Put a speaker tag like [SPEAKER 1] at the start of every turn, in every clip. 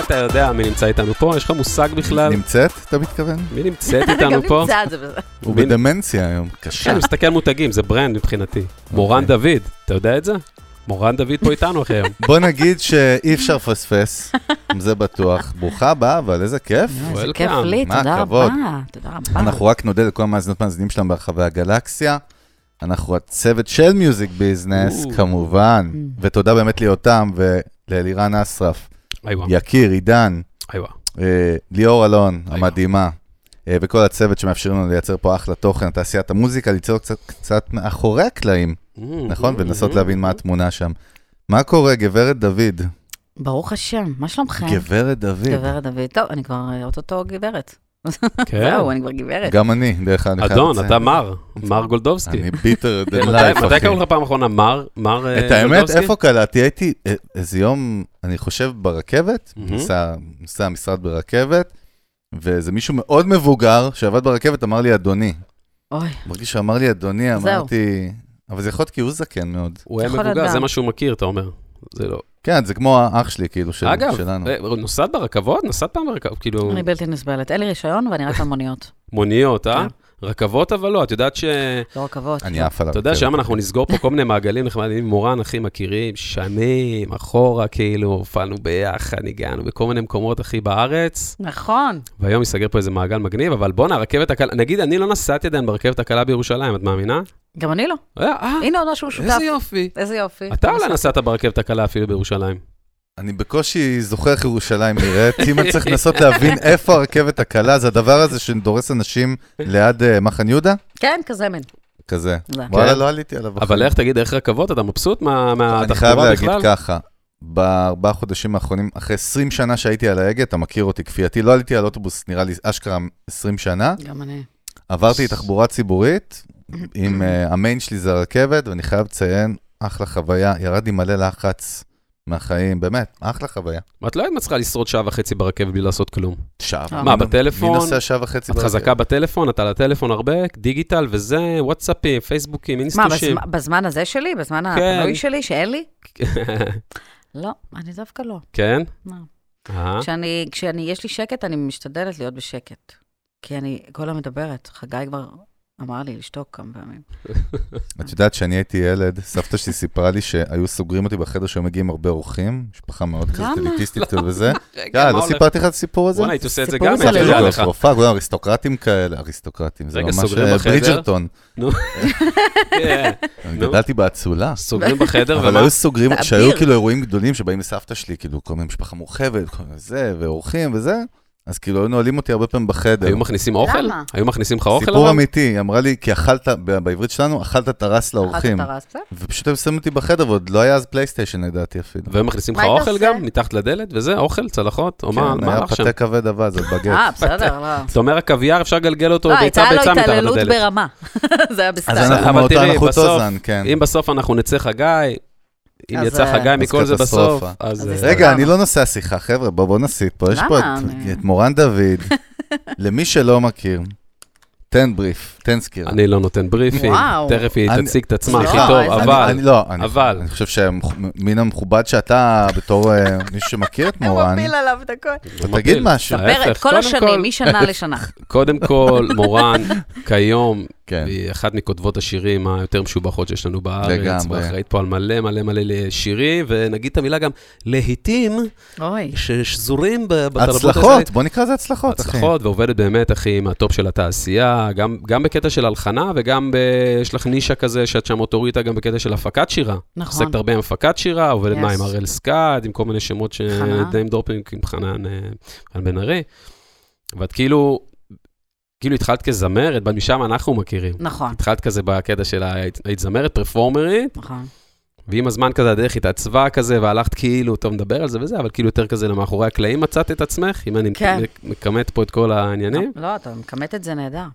[SPEAKER 1] אתה יודע מי נמצא איתנו פה? יש לך מושג בכלל?
[SPEAKER 2] נמצאת, אתה מתכוון?
[SPEAKER 1] מי נמצאת איתנו פה?
[SPEAKER 3] גם נמצא זה בזה.
[SPEAKER 2] הוא בדמנציה היום, קשה.
[SPEAKER 1] אני מסתכל מותגים, זה ברנד מבחינתי. מורן דוד, אתה יודע את זה? מורן דוד פה איתנו אחרי היום.
[SPEAKER 2] בוא נגיד שאי אפשר פספס, זה בטוח. ברוכה הבאה, אבל איזה כיף.
[SPEAKER 3] איזה כיף לי,
[SPEAKER 2] מה,
[SPEAKER 3] תודה
[SPEAKER 2] כבוד.
[SPEAKER 3] רבה. תודה רבה.
[SPEAKER 2] אנחנו רק נודה לכל המאזינים שלנו ברחבי הגלקסיה. אנחנו הצוות של מיוזיק ביזנס, כמובן. ותודה באמת ליותם ולאלירן אסרף. יקיר, עידן. ליאור אלון, המדהימה. וכל הצוות שמאפשרים לנו לייצר פה אחלה תוכן, תעשיית המוזיקה, ליצור קצת מאחורי הקלעים. נכון? ולנסות להבין מה התמונה שם. מה קורה, גברת דוד?
[SPEAKER 3] ברוך השם, מה שלומכם?
[SPEAKER 2] גברת דוד.
[SPEAKER 3] גברת דוד. טוב, אני כבר אותו גברת.
[SPEAKER 1] כן.
[SPEAKER 3] זהו, אני כבר גברת.
[SPEAKER 2] גם אני, דרך אגב.
[SPEAKER 1] אדון, אתה מר גולדובסקי.
[SPEAKER 2] אני ביטר דן לייף, אחי.
[SPEAKER 1] מתי קראו לך פעם אחרונה? מר גולדובסקי?
[SPEAKER 2] את האמת, איפה קלעתי? הייתי איזה יום, אני חושב, ברכבת, נוסע המשרד ברכבת, ואיזה מישהו מאוד מבוגר שעבד ברכבת אמר לי, אדוני.
[SPEAKER 3] אוי.
[SPEAKER 2] מרגיש שאמר לי, אדוני, אמרתי... אבל זה יכול להיות כי הוא זקן מאוד.
[SPEAKER 1] הוא היה מבוגר, זה מה שהוא מכיר, אתה אומר. זה לא.
[SPEAKER 2] כן, זה כמו האח שלי, כאילו, שלנו.
[SPEAKER 1] אגב, נוסעת ברכבות? נסעת פעם ברכבות, כאילו...
[SPEAKER 3] אני בלתי נסבלת. אין לי רישיון ואני רק על מוניות.
[SPEAKER 1] מוניות, אה? רכבות אבל לא, את יודעת
[SPEAKER 3] לא רכבות.
[SPEAKER 2] אני אף עליו.
[SPEAKER 1] אתה יודע שהיום אנחנו נסגור פה כל מיני מעגלים נחמדים, מורן הכי מכירים, שנים, אחורה, כאילו, הופענו ביחד, הגענו בכל מיני מקומות הכי בארץ.
[SPEAKER 3] נכון.
[SPEAKER 1] והיום ייסגר פה איזה מעגל מגניב, אבל בוא הרכבת הקלה, נגיד, אני לא נסעתי עדיין ברכבת הקלה בירושלים, את מאמינה?
[SPEAKER 3] גם אני לא. הנה עוד משהו שותף.
[SPEAKER 1] איזה יופי.
[SPEAKER 3] איזה יופי.
[SPEAKER 1] אתה אולי נסעת ברכבת הקלה אפילו בירושלים.
[SPEAKER 2] אני בקושי זוכר איך ירושלים נראית, אם אני צריך לנסות להבין איפה הרכבת הקלה, זה הדבר הזה שדורס אנשים ליד מחן יהודה?
[SPEAKER 3] כן, כזה מן.
[SPEAKER 2] כזה. וואלה, לא עליתי עליו.
[SPEAKER 1] אבל איך תגיד, איך רכבות? אתה מבסוט מהתחבורה בכלל?
[SPEAKER 2] אני חייב להגיד ככה, ב4 חודשים האחרונים, אחרי 20 שנה שהייתי על ההגה, אתה מכיר אותי כפייתי, לא עליתי על אוטובוס, נראה לי אשכרה 20 שנה.
[SPEAKER 3] גם אני.
[SPEAKER 2] עברתי תחבורה ציבורית, עם המיין שלי זה הרכבת, ואני חייב לציין, אחלה חוויה, ירדתי מלא לחץ. מהחיים, באמת, אחלה חוויה.
[SPEAKER 1] ואת לא היית מצליחה לשרוד 1.5 שעה ברכבת בלי לעשות כלום.
[SPEAKER 2] שעה.
[SPEAKER 1] מה, בטלפון?
[SPEAKER 2] מי נוסע 1.5 שעה ברכבת?
[SPEAKER 1] את חזקה בטלפון, אתה על הטלפון הרבה, דיגיטל וזה, וואטסאפים, פייסבוקים, אינסטושים.
[SPEAKER 3] מה, בזמן הזה שלי? בזמן הפנוי שלי, שאין לי? לא, אני דווקא לא.
[SPEAKER 1] כן?
[SPEAKER 3] יש לי שקט, אני משתדלת להיות בשקט. כי אני כל המדברת, חגי כבר... אמר לי לשתוק כמה פעמים.
[SPEAKER 2] את יודעת שאני הייתי ילד, סבתא שלי סיפרה לי שהיו סוגרים אותי בחדר שהיו מגיעים הרבה אורחים, משפחה מאוד כזאת אליטיסטית וזה. לא סיפרתי לך את הסיפור הזה?
[SPEAKER 1] וואלה, הייתי עושה את זה גם.
[SPEAKER 2] אריסטוקרטים כאלה, אריסטוקרטים, זה ממש ברידג'רטון. אני גדלתי באצולה.
[SPEAKER 1] סוגרים בחדר,
[SPEAKER 2] אבל היו סוגרים, שהיו כאילו אירועים גדולים שבאים לסבתא שלי, כאילו כל מיני משפחה מורחבת, ואורחים וזה. אז כאילו היו נועלים אותי הרבה פעמים בחדר.
[SPEAKER 1] היו מכניסים אוכל? למה? היו מכניסים לך אוכל?
[SPEAKER 2] סיפור אמיתי, היא אמרה לי, כי אכלת, בעברית שלנו, אכלת תרס לאורחים. ופשוט היו שמים אותי בחדר, ועוד לא היה אז פלייסטיישן לדעתי אפילו.
[SPEAKER 1] והם מכניסים לך אוכל גם, מתחת לדלת, וזה, אוכל, צלחות, או מה
[SPEAKER 2] כן, היה פתה כבד אבל, זה בגט.
[SPEAKER 3] בסדר, לא.
[SPEAKER 1] זאת אומרת, הקוויאר אפשר לגלגל אותו ביצה מתחת לדלת.
[SPEAKER 3] הייתה לו התעללות ברמה. זה היה בסדר.
[SPEAKER 2] אז אנחנו מאותה נחות אוזן, כן.
[SPEAKER 1] אם בסוף אנחנו נצא חגי, אם יצא חגי מכל זה בסוף, אז...
[SPEAKER 2] רגע, אני לא נושא השיחה, חבר'ה, בואו נסיט פה. יש פה את מורן דוד, למי שלא מכיר, תן בריף, תן סקירה.
[SPEAKER 1] אני לא נותן בריפים, תכף היא תציג את עצמה הכי טוב, אבל...
[SPEAKER 2] אני חושב שמן המכובד שאתה, בתור מישהו שמכיר את מורן...
[SPEAKER 3] מפיל עליו את הכל.
[SPEAKER 2] תגיד משהו.
[SPEAKER 3] ספר את כל השנים, משנה לשנה.
[SPEAKER 1] קודם כל, מורן, כיום, היא אחת מכותבות השירים היותר משובחות שיש לנו בארץ, ואחראית פה על מלא מלא מלא שירים, ונגיד את המילה גם להיטים, ששזורים בתרבות הזאת.
[SPEAKER 2] הצלחות, בוא נקרא זה הצלחות.
[SPEAKER 1] הצלחות, ועובדת באמת, אחי, מהטופ של התעשייה, גם בקטע של הלחנה, וגם יש לך נישה כזה, שאת שם אוטוריטה, גם בקטע של הפקת שירה. נכון. עוסקת הרבה עם הפקת שירה, עובדת מה עם הראל סקאד, עם כל מיני שמות שדיים דורפינג, עם חנן בן ארי. ואת כאילו התחלת כזמרת, משם אנחנו מכירים.
[SPEAKER 3] נכון.
[SPEAKER 1] התחלת כזה בקטע של היית זמרת, פרפורמרית.
[SPEAKER 3] נכון.
[SPEAKER 1] ועם הזמן כזה הדרך התעצבה כזה, והלכת כאילו, טוב, נדבר על זה וזה, אבל כאילו יותר כזה למאחורי הקלעים מצאת את עצמך, אם אני מקמת פה את כל העניינים.
[SPEAKER 3] לא, אתה מקמת את זה נהדר.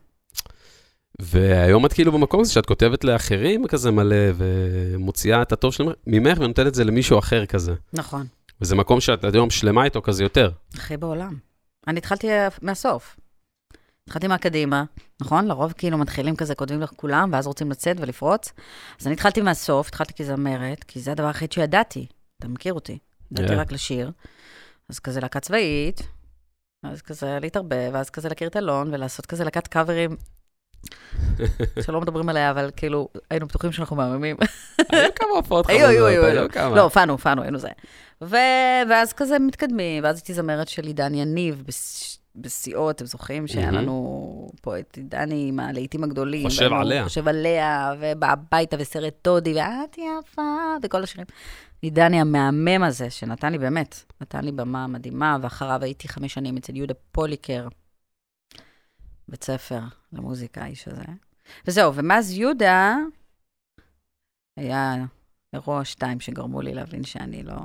[SPEAKER 1] והיום את כאילו במקום הזה שאת כותבת לאחרים כזה מלא, ומוציאה את הטוב ממך, ונותנת את זה למישהו אחר כזה.
[SPEAKER 3] נכון.
[SPEAKER 1] וזה מקום שאת היום שלמה איתו כזה יותר.
[SPEAKER 3] הכי בעולם. אני התחלתי מהסוף. התחלתי מהקדימה, נכון? לרוב כאילו מתחילים כזה, כותבים לך כולם, ואז רוצים לצאת ולפרוץ. אז אני התחלתי מהסוף, התחלתי כזמרת, כי זה הדבר הכי שידעתי. אתה מכיר אותי. ידעתי רק לשיר. אז כזה להקה צבאית, אז כזה להתערבב, ואז כזה להכיר את אלון, ולעשות כזה להקת קאברים, שלא מדברים עליה, אבל כאילו, היינו בטוחים שאנחנו מהממים.
[SPEAKER 1] היו כמה הופעות
[SPEAKER 3] חמודות. לא, הופענו, היינו זה. ואז כזה מתקדמים, ואז הייתי זמרת של עידן יניב, בשיאות, אתם זוכרים שהיה לנו פה את דני עם הלהיטים הגדולים. חושב עליה, ובא הביתה וסרט דודי, ואת יפה, וכל השירים. דני המהמם הזה, שנתן לי באמת, נתן לי במה מדהימה, ואחריו הייתי 5 שנים אצל יהודה פוליקר, בית ספר למוזיקה, האיש הזה. וזהו, ומאז יהודה, היה אירוע 2 שגרמו לי להבין שאני לא...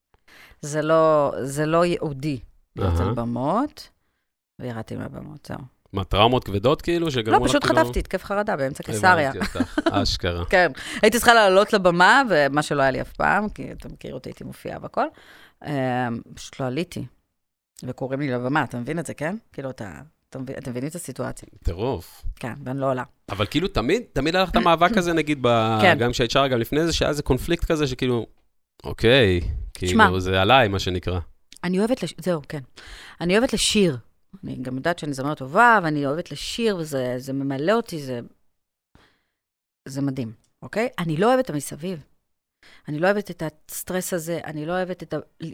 [SPEAKER 3] זה לא יהודי, אצל במות, וירדתי מהבמות, זהו.
[SPEAKER 1] מה, טראומות כבדות כאילו?
[SPEAKER 3] לא, פשוט חטפתי, התקף חרדה באמצע קיסריה.
[SPEAKER 1] אשכרה.
[SPEAKER 3] כן, הייתי צריכה לעלות לבמה, ומה שלא היה לי אף פעם, כי אתה מכיר אותי, הייתי מופיעה והכל, פשוט לא עליתי, וקוראים לי לבמה, אתה מבין את זה, כן? כאילו, אתם מבינים את הסיטואציה.
[SPEAKER 1] טירוף.
[SPEAKER 3] כן, ואני לא עולה.
[SPEAKER 1] אבל כאילו, תמיד הלכת המאבק הזה, נגיד, גם שהיית שרה, גם לפני זה, שהיה איזה קונפליקט כזה, שכאילו, אוקיי, כאילו, זה עליי, מה שנקרא.
[SPEAKER 3] אני אוהבת, זהו, כן. אני אוהבת לשיר. אני גם יודעת שאני זמרת טובה, ואני אוהבת לשיר, וזה ממלא אותי, זה מדהים, אוקיי? אני לא אוהבת את המסביב. אני לא אוהבת את הסטרס הזה, אני לא אוהבת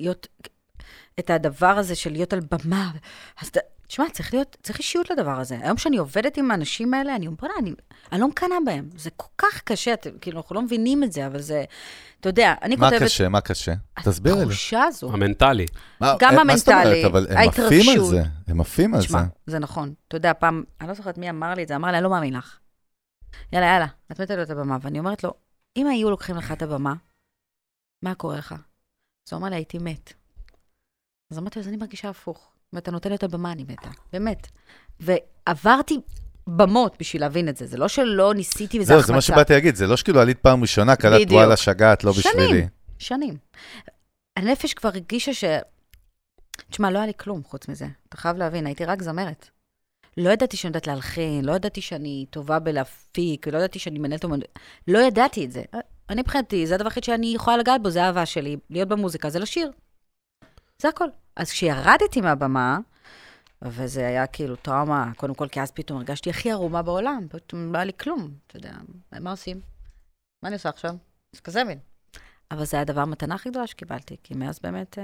[SPEAKER 3] את הדבר הזה של להיות על במה. אז תשמע, צריך אישיות לדבר הזה. היום שאני עובדת עם האנשים האלה, אני לא מקנה בהם. זה כל כך קשה, כאילו, אנחנו לא מבינים את זה, אבל זה, אתה יודע, אני כותבת...
[SPEAKER 2] מה קשה? תסביר לי.
[SPEAKER 3] התחושה הזו.
[SPEAKER 1] המנטלי.
[SPEAKER 3] גם המנטלי, ההתרגשות.
[SPEAKER 2] הם עפים על זה.
[SPEAKER 3] תשמע, זה נכון. אתה יודע, פעם, אני לא זוכרת מי אמר לי את זה, אמר לי, אני לא מאמין לך. יאללה, את מתה לו את הבמה. ואני אומרת לו, אם היו לוקחים לך את הבמה, מה קורה לך? אז הוא אמר לי, הייתי מת. אז אמרתי, אז אני מרגישה הפוך. ואתה נותן את הבמה, אני מתה. באמת. ועברתי במות בשביל להבין את זה. זה לא שלא ניסיתי וזה החמצה.
[SPEAKER 2] זה מה שבאתי להגיד. זה לא שכאילו עלית פעם ראשונה, קלט וואלה שגעת, לא בשבילי.
[SPEAKER 3] שנים. הנפש כבר הרגישה תשמע, לא היה לי כלום חוץ מזה. אתה חייב להבין, הייתי רק זמרת. לא ידעתי שאני יודעת להלחין, לא ידעתי שאני טובה בלהפיק, לא ידעתי שאני מנהלת אומנות. לא ידעתי את זה. אני מבחינתי, זה הדבר הכי שאני יכולה לגעת בו, זה האהבה שלי, להיות במוזיקה, זה לשיר. זה הכל. אז כשירדתי מהבמה, וזה היה כאילו טראומה, קודם כל, כי אז פתאום הרגשתי הכי ערומה בעולם, פתאום לא היה לי כלום, אתה יודע, מה עושים? מה אני עושה עכשיו? זה כזה מין. אבל זה היה הדבר המתנה הכי גדולה שקיבלתי, כי מאז באמת,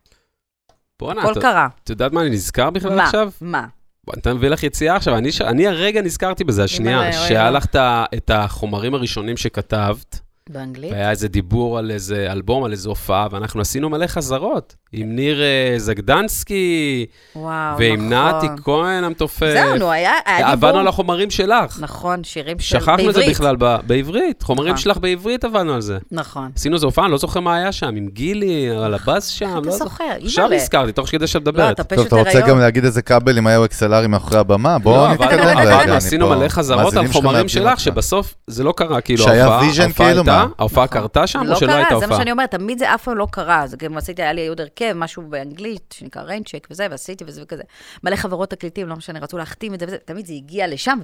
[SPEAKER 3] הכל קרה.
[SPEAKER 1] את יודעת מה אני נזכר בכלל עכשיו?
[SPEAKER 3] מה?
[SPEAKER 1] אתה מביא לך יציאה עכשיו, אני הרגע נזכרתי בזה, השנייה, שהיה לך את החומרים הראשונים שכתבת,
[SPEAKER 3] באנגלית?
[SPEAKER 1] והיה איזה דיבור על איזה אלבום, על איזה הופעה, ואנחנו עשינו מלא חזרות, עם ניר זגדנסקי, ועם נתי כהן המתופף.
[SPEAKER 3] זהו, נו, היה דיבור.
[SPEAKER 1] עבדנו על החומרים שלך.
[SPEAKER 3] נכון, שירים של בעברית.
[SPEAKER 1] שכחנו את זה בכלל בעברית, חומרים שלך בעברית עבדנו על זה.
[SPEAKER 3] נכון.
[SPEAKER 1] עשינו איזה הופעה, אני לא זוכר מה היה שם, עם גילי, על הבאס שם.
[SPEAKER 3] אתה זוכר,
[SPEAKER 1] עכשיו נזכרתי, תוך כדי שאת מדברת.
[SPEAKER 2] טוב, אתה רוצה גם להגיד איזה כבל עם היו אקסלרי מאחורי הבמה? בואו נתקדם רגע.
[SPEAKER 1] עשינו מלא חזרות על חומרים שלך, שבסוף זה לא קרה, כאילו ההופעה קרתה שם, או שלא הייתה הופעה?
[SPEAKER 3] זה מה שאני אומרת, תמיד זה אף פעם לא קרה. זה גם עשיתי, היה לי עוד הרכב, משהו באנגלית, שנקרא ריינצ'ק וזה, ועשיתי וזה וכזה. מלא חברות תקליטים, לא משנה, רצו להחתים את זה וזה, תמיד זה הגיע לשם.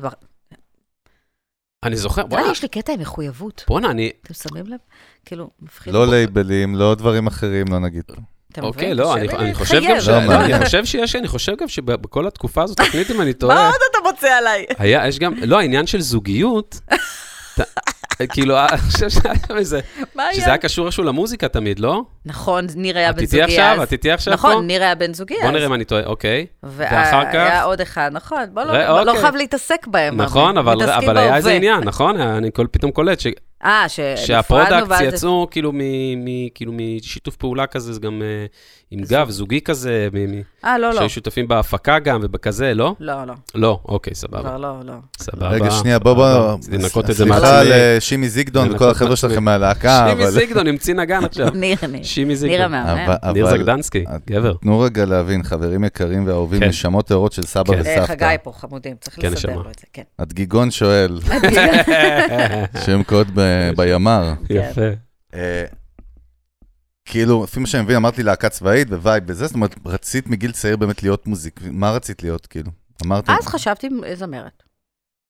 [SPEAKER 1] אני זוכר,
[SPEAKER 3] וואלה. יש לי קטע עם מחויבות.
[SPEAKER 1] בוא'נה,
[SPEAKER 3] אתם שמים לב? כאילו, מפחיד.
[SPEAKER 2] לא לייבלים, לא דברים אחרים, לא נגיד.
[SPEAKER 1] אוקיי, לא, אני חושב גם שבכל התקופה הזאת, תקנית אם אני טועה.
[SPEAKER 3] מה עוד אתה מוצא עליי?
[SPEAKER 1] יש גם, לא, העניין של זוגיות, כאילו, אני חושב שזה היה קשור משהו למוזיקה תמיד, לא?
[SPEAKER 3] נכון, ניר היה בן זוגי אז.
[SPEAKER 1] את איתי עכשיו פה?
[SPEAKER 3] נכון, ניר היה בן זוגי אז.
[SPEAKER 1] בוא נראה מה אני טואה, אוקיי. ואחר כך?
[SPEAKER 3] היה עוד אחד, נכון. בוא לא חייב להתעסק בהם.
[SPEAKER 1] נכון, אבל היה איזה עניין, נכון? אני פתאום קולט שהפרודקט יצאו כאילו משיתוף פעולה כזה, זה גם עם גב, זוגי כזה, שהיו שותפים בהפקה גם ובכזה, לא?
[SPEAKER 3] לא.
[SPEAKER 1] לא, אוקיי, סבבה.
[SPEAKER 3] כבר לא.
[SPEAKER 2] סבבה. רגע, שנייה, בוא. סליחה לשימי זיגדון וכל החבר'ה שלכם מהלהקה.
[SPEAKER 1] שימי זיגדון, המציא נגן עכשיו. שימי זיגדון. ניר זגדנסקי, גבר.
[SPEAKER 2] תנו רגע להבין, חברים יקרים ואהובים, נשמות טהורות של סבא וסבתא.
[SPEAKER 3] חגי פה, חמודים, צריך לסדר לו את זה, כן.
[SPEAKER 2] הדגיגון שואל, שם קוד בימר.
[SPEAKER 1] יפה.
[SPEAKER 2] כאילו, לפי מה שאני מבין, אמרת לי להקה צבאית ווייב וזה, זאת אומרת, רצית מגיל צעיר באמת להיות מוזיק. מה רצית להיות, כאילו? אמרת...
[SPEAKER 3] אז חשבתי זמרת.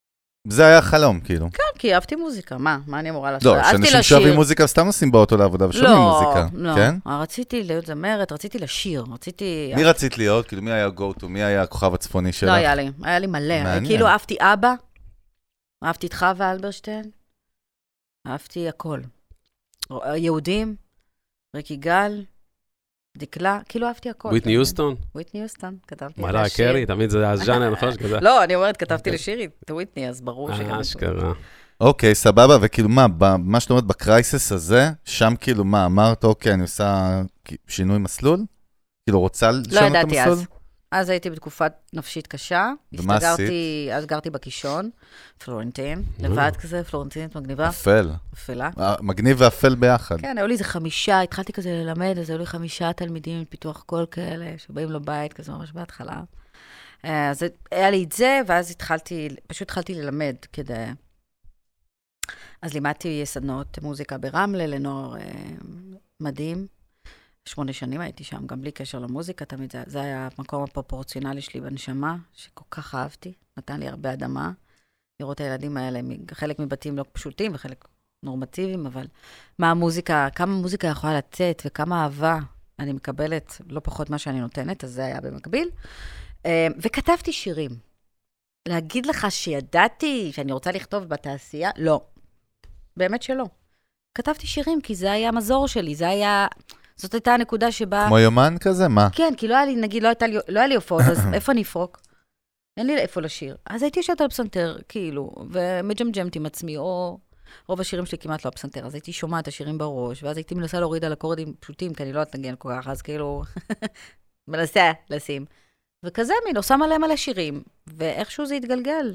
[SPEAKER 2] זה היה חלום, כאילו.
[SPEAKER 3] כן, כי אהבתי מוזיקה, מה אני אמורה לעשות?
[SPEAKER 2] לא, שאנשים שאוהבים מוזיקה, סתם נוסעים באוטו לעבודה ושומעים מוזיקה, כן?
[SPEAKER 3] לא, רציתי להיות זמרת, רציתי לשיר,
[SPEAKER 2] מי רצית להיות? כאילו, מי היה go-to? מי היה הכוכב הצפוני שלך?
[SPEAKER 3] לא, היה לי מלא. כאילו, אהבתי אבא, אהבתי את חווה אלברשטיין, אהבתי הכל. יהודים, ריק יגאל, דקלה, כאילו אהבתי הכל.
[SPEAKER 1] וויטני יוסטון?
[SPEAKER 3] וויטני יוסטון, כתבתי.
[SPEAKER 1] מלאה קרי, תמיד זה הז'אנר, נכון?
[SPEAKER 3] לא, אני אומרת, כתבתי לשירי, את וויטני, אז ברור שגם...
[SPEAKER 1] אשכרה.
[SPEAKER 2] אוקיי, סבבה, וכאילו מה שאת אומרת בקרייסס הזה, שם כאילו מה, אמרת, אוקיי, אני עושה שינוי מסלול? כאילו רוצה לשנות את המסלול?
[SPEAKER 3] לא ידעתי אז הייתי בתקופת נפשית קשה.
[SPEAKER 2] ומה עשית?
[SPEAKER 3] אז גרתי בקישון, פלורנטין, לבד כזה, פלורנטינית מגניבה. אפלה.
[SPEAKER 2] מגניב ואפל ביחד.
[SPEAKER 3] כן, היו לי איזה 5, התחלתי כזה ללמד, אז היו לי 5 תלמידים מפיתוח קול כאלה, שבאים לבית כזה ממש בהתחלה. אז היה לי את זה, ואז פשוט התחלתי ללמד כדי... אז לימדתי סדנות מוזיקה ברמלה, לנוער מדהים. 8 שנים הייתי שם, גם בלי קשר למוזיקה, תמיד זה היה המקום הפרופורציונלי שלי בנשמה, שכל כך אהבתי, נתן לי הרבה אדמה, לראות את הילדים האלה, חלק מבתים לא פשוטים וחלק נורמטיביים, אבל כמה מוזיקה יכולה לתת וכמה אהבה אני מקבלת, לא פחות מה שאני נותנת, אז זה היה במקביל. וכתבתי שירים. להגיד לך שידעתי שאני רוצה לכתוב בתעשייה? לא. באמת שלא. כתבתי שירים כי זה היה מזור שלי, זאת הייתה הנקודה שבה...
[SPEAKER 2] כמו יומן כזה? מה?
[SPEAKER 3] כן, כי לא היה לי, נגיד, לא היה לי הופעות, אז איפה אני אפרוק? אין לי איפה לשיר. אז הייתי יושבת על פסנתר, כאילו, ומג'מג'מת עם עצמי, או רוב השירים שלי כמעט לא הפסנתר, אז הייתי שומעת את השירים בראש, ואז הייתי מנסה להוריד על אקורדים פשוטים, כי אני לא אתנגן כל כך, אז כאילו, מנסה לשים. וכזה מין, עושה מלא שירים, ואיכשהו זה התגלגל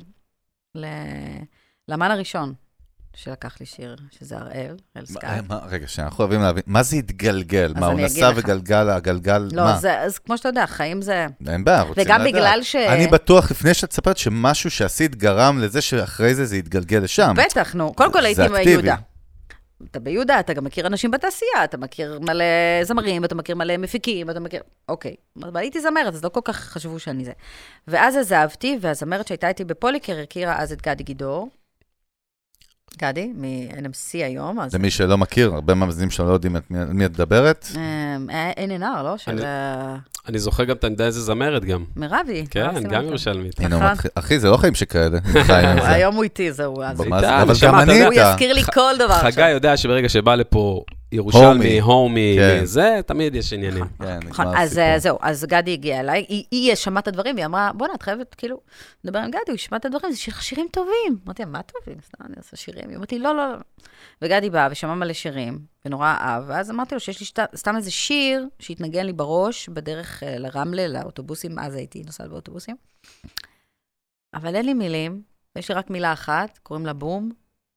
[SPEAKER 3] לאמן הראשון. שלקח לי שיר, שזה הראל סקאט.
[SPEAKER 2] רגע, שאנחנו אוהבים להבין, מה זה התגלגל? מה, הוא נסע וגלגל, הגלגל,
[SPEAKER 3] לא,
[SPEAKER 2] מה?
[SPEAKER 3] אז כמו שאתה יודע, חיים זה...
[SPEAKER 2] אין בעיה, רוצים לדעת.
[SPEAKER 3] וגם בגלל
[SPEAKER 2] אני בטוח, לפני שאת ספרת, שמשהו שעשית גרם לזה שאחרי זה יתגלגל לשם.
[SPEAKER 3] בטח, נו. קודם כל הייתי ביהודה. אתה ביהודה, אתה גם מכיר אנשים בתעשייה, אתה מכיר מלא זמרים, אתה מכיר מלא מפיקים, אתה מכיר... אוקיי. אבל הייתי זמרת, אז לא כל כך חשבו שאני זה. ואז עזבתי, והזמרת שהייתה איתי בפוליקר, הכירה אז את גדי גידור. גדי, מ-NMC היום.
[SPEAKER 2] למי שלא מכיר, הרבה מהמאזינים שלא יודעים את מי את מדברת.
[SPEAKER 3] NNR, לא?
[SPEAKER 1] אני זוכר גם, אתה יודע איזה זמרת גם.
[SPEAKER 3] מרבי.
[SPEAKER 1] כן, גם ירושלמית.
[SPEAKER 2] אחי, זה לא חיים שכאלה.
[SPEAKER 3] היום הוא איתי, זהו.
[SPEAKER 2] אבל גם אני
[SPEAKER 3] הוא יזכיר לי כל דבר.
[SPEAKER 1] חגי יודע שברגע שבא לפה ירושלמי, הומי, זה, תמיד יש עניינים.
[SPEAKER 3] אז זהו, אז גדי הגיע אליי, היא שמעה את הדברים, והיא אמרה, בוא'נה, את חייבת כאילו, לדבר עם גדי, הוא שמע את הדברים, זה שירים טובים. אמרתי, מה טובים? סתם, אני עושה שירים. היא אמרתי, לא. וגדי בא ושמע מלא שירים, ונורא אהב, ואז אמרתי לו שיש לי סתם איזה שיר שהתנגן לי בראש, בדרך לרמלה, לאוטובוסים, אז הייתי נוסעת באוטובוסים. אבל אין לי מילים, יש לי רק מילה אחת, קוראים לה בום,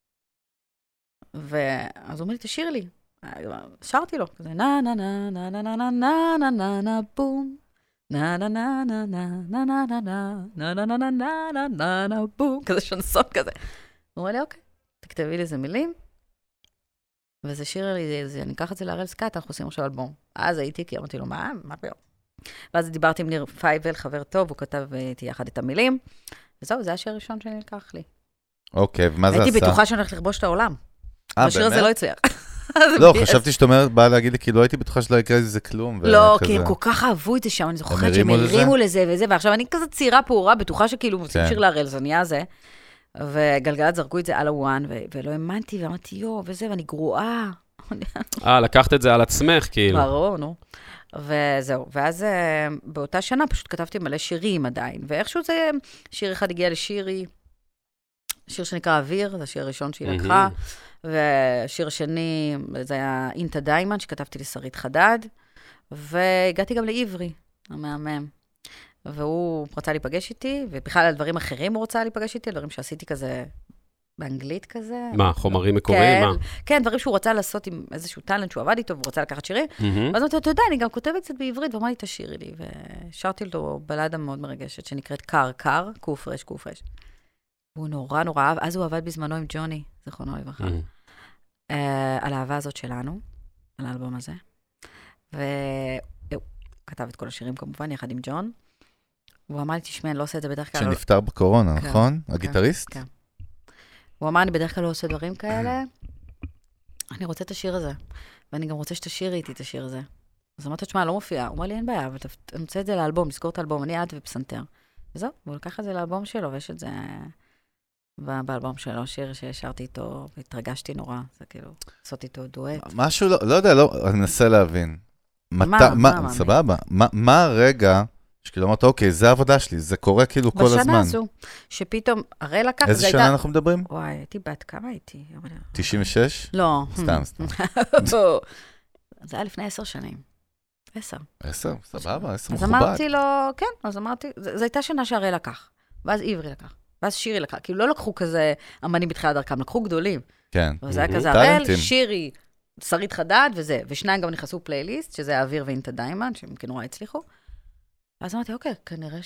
[SPEAKER 3] ואז הוא אומר לי, תשאיר לי. שרתי לו, כזה, נה נה נה נה נה נה נה נה נה נה נה בום, נה נה נה נה נה נה נה נה נה נה נה נה נה נה נה נה בום, כזה שנסון כזה. הוא אומר לי, אוקיי, תכתבי לי איזה מילים, וזה שיר לי, אני אקח את זה להראל סקאט, אנחנו עושים עכשיו אלבום. אז הייתי, כי אמרתי לו, מה ביום? ואז דיברתי עם ניר פייבל, חבר טוב, הוא כתב איתי יחד את המילים, וזהו, זה השיר הראשון שאני לקח לי.
[SPEAKER 2] אוקיי, ומה זה עשה?
[SPEAKER 3] הייתי בטוחה שאני הולכת לכבוש את העולם. השיר הזה לא הצליח.
[SPEAKER 2] לא, חשבתי שאת אומרת, באה להגיד לי, כי לא הייתי בטוחה שלא יקרה איזה כלום.
[SPEAKER 3] לא, כי הם כל כך אהבו את זה שם, אני זוכרת שהם הרימו לזה וזה, ועכשיו אני כזה צעירה פעורה, בטוחה שכאילו מוצאים שיר להראל, זה נהיה זה, וגלגלת זרקו את זה על הוואן, ולא האמנתי, ואמרתי, וזה, ואני גרועה.
[SPEAKER 1] לקחת את זה על עצמך, כאילו.
[SPEAKER 3] ברור, נו. וזהו, ואז באותה שנה פשוט כתבתי מלא שירים עדיין, ואיכשהו זה, שיר אחד הגיע לשירי, שיר שנקרא אוויר, זה השיר הראשון שהיא לקחה, ושיר השני, זה היה אינטה דיימן, שכתבתי לשרית חדד, והגעתי גם לעברי, המאמם. והוא רצה להיפגש איתי, ובכלל על דברים אחרים הוא רצה להיפגש איתי, דברים שעשיתי כזה באנגלית כזה.
[SPEAKER 1] מה, חומרים מקוריים?
[SPEAKER 3] כן, דברים שהוא רצה לעשות עם איזשהו טלנט שהוא עבד איתו, והוא רצה לקחת שירים. ואז אמרתי, אתה יודע, אני גם כותבת קצת בעברית, ואמרה לי, תשאירי לי. ושרתי לו בלדה מאוד מרגשת, שנקראת קר, קופרש. הוא נורא אהב, אז הוא עבד בזמנו עם ג'וני, זכרונו לברכה, על האהבה הזאת שלנו, על האלבום הזה. והוא כתב את כל השירים כמובן, יחד עם ג'ון. והוא אמר לי, תשמע, אני לא עושה את זה בדרך כלל.
[SPEAKER 2] שנפטר בקורונה, נכון? הגיטריסט?
[SPEAKER 3] כן. הוא אמר, אני בדרך כלל לא עושה דברים כאלה, אני רוצה את השיר הזה, ואני גם רוצה שתשירי איתי את השיר הזה. אז אמרתי, תשמע, לא מופיע. הוא אמר לי, אין בעיה, אבל אני רוצה את זה לאלבום, לזכור את האלבום, אני עד ופסנתר. וזהו, הוא לקח את זה לאלבום שלו, ויש את זה באלבום שלו, שיר שהשארתי איתו, והתרגשתי נורא, זה כאילו, לעשות איתו דואט.
[SPEAKER 2] משהו, לא יודע, אני מנסה להבין. סבבה, מה הרגע שכאילו אמרת, אוקיי, זה העבודה שלי, זה קורה כאילו כל הזמן.
[SPEAKER 3] בשנה הזו, שפתאום, הרי לקח,
[SPEAKER 2] איזה שנה אנחנו מדברים?
[SPEAKER 3] וואי, הייתי בת, כמה הייתי?
[SPEAKER 2] 96?
[SPEAKER 3] לא.
[SPEAKER 2] סתם.
[SPEAKER 3] זה היה לפני 10 שנים. 10.
[SPEAKER 2] 10, סבבה, 10
[SPEAKER 3] אז
[SPEAKER 2] מכובד.
[SPEAKER 3] אמרתי לו, כן, אז אמרתי, זו הייתה שנה שהרי לקח, ואז עברי לקח, ואז שירי לקח, כאילו לא לקחו כזה אמנים בתחילת דרכם, לקחו גדולים.
[SPEAKER 2] כן.
[SPEAKER 3] וזה היה כזה הראל, שירי, שרית חדד וזה, ושניים גם נכנסו פלייליסט, שזה האוויר ואינטה דיימנד, שהם כנורא הצליחו. אז אמרתי, אוקיי, כנראה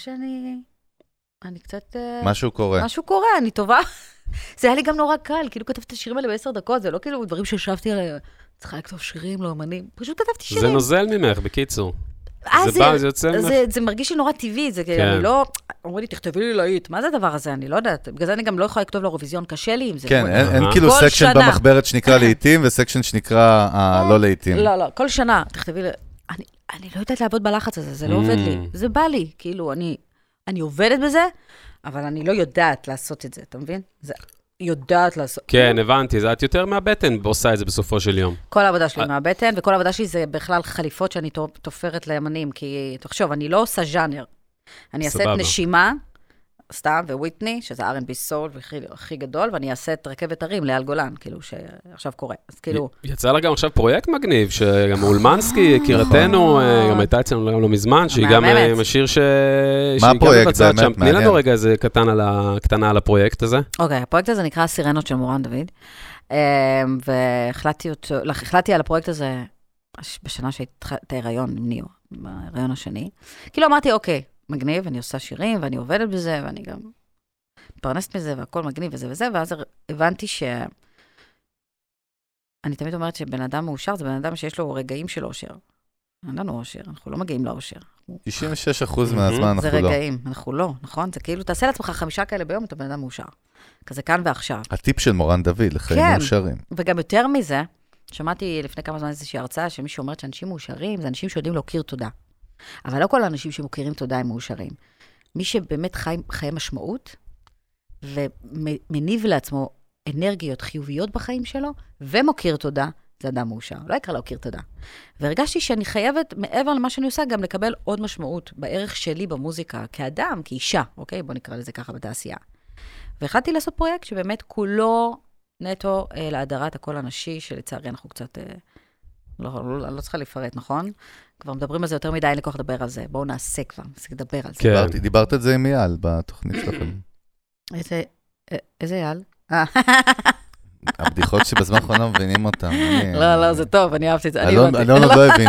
[SPEAKER 3] אני קצת...
[SPEAKER 2] משהו קורה.
[SPEAKER 3] משהו קורה, אני טובה. זה היה לי גם נורא קל, כאילו כתבתי את השירים האלה ב10 דקות, זה לא כאילו דברים שישבתי עליהם, צריכה לכתוב שירים לאמנים, פשוט כתבתי שירים.
[SPEAKER 1] זה נוזל ממך, בקיצור.
[SPEAKER 3] זה מרגיש לי נורא טבעי, זה כאילו, אני לא... אומרים לי, תכתבי לי להיט, מה זה הדבר הזה? אני לא יודעת. בגלל זה אני גם לא יכולה לכתוב לאירוויזיון, קשה לי עם זה.
[SPEAKER 2] כן, אין כאילו סקשן במחברת שנקרא להיטים, וסקשן שנקרא לא להיטים.
[SPEAKER 3] לא, כל שנה, תכתבי לי... אני לא יודעת לעבוד בלחץ הזה, זה לא עובד לי. זה בא לי, כאילו, אני עובדת בזה, אבל אני לא יודעת לעשות את זה, אתה מבין? זה יודעת לעשות.
[SPEAKER 1] כן, הבנתי, זה את יותר מהבטן עושה את זה בסופו של יום.
[SPEAKER 3] כל העבודה שלי מהבטן, וכל העבודה שלי זה בכלל חליפות שאני תופרת לימנים, כי תחשוב, אני לא עושה ז'אנר. אני אעשה את נשימה, סתם, וויטני, שזה R&B סול, הכי גדול, ואני אעשה את רכבת הרים לאל גולן, כאילו, שעכשיו קורה. אז כאילו...
[SPEAKER 1] יצא לה גם עכשיו פרויקט מגניב, שגם אולמנסקי, יקירתנו, גם הייתה אצלנו לא מזמן, שהיא גם משאיר
[SPEAKER 2] מה הפרויקט באמת?
[SPEAKER 1] תני לנו רגע איזה קטנה על הפרויקט הזה.
[SPEAKER 3] אוקיי, הפרויקט הזה נקרא סירנות של מורן דוד, והחלטתי על הפרויקט הזה בשנה שהייתי את ההיריון עם ניו, בהיריון השני. כאילו אמרתי, אוקיי, מגניב, אני עושה שירים, ואני עובדת בזה, ואני גם פרנסת מזה, והכל מגניב וזה וזה, ואז הבנתי אני תמיד אומרת שבן אדם מאושר, זה בן אדם שיש לו רגעים של אושר. אין לנו אושר, אנחנו לא מגיעים לאושר.
[SPEAKER 2] 96% מהזמן אנחנו לא.
[SPEAKER 3] זה רגעים, אנחנו לא, נכון? זה כאילו, תעשה לעצמך 5 כאלה ביום, אתה בן אדם מאושר. כזה כאן ועכשיו.
[SPEAKER 2] הטיפ של מורן דוד, לחיים מאושרים.
[SPEAKER 3] וגם יותר מזה, שמעתי לפני כמה זמן איזושהי הרצאה, שמישהו אומרת שאנשים מאושרים, זה אנשים שיודעים להכיר תודה. אבל לא כל האנשים שמוכירים תודה הם מאושרים. מי שבאמת חי משמעות, ומניב לעצמו אנרגיות חיוביות בחיים שלו, ומוכיר תודה, זה אדם מאושר. לא יקרה להכיר תודה. והרגשתי שאני חייבת, מעבר למה שאני עושה, גם לקבל עוד משמעות בערך שלי במוזיקה, כאדם, כאישה, אוקיי? בוא נקרא לזה ככה בתעשייה. והחלטתי לעשות פרויקט שבאמת כולו נטו להדרת הקול הנשי, שלצערי אנחנו קצת... לא צריכה לפרט, נכון? כבר מדברים על זה יותר מדי, אין לי כוח לדבר על זה. בואו נעשה כבר, נדבר על זה.
[SPEAKER 2] דיברת את זה עם אייל בתוכנית שלכם.
[SPEAKER 3] איזה אייל?
[SPEAKER 2] הבדיחות שבזמן האחרון לא מבינים אותם.
[SPEAKER 3] לא, זה טוב, אני אהבתי את זה.
[SPEAKER 2] אלון לא הבין.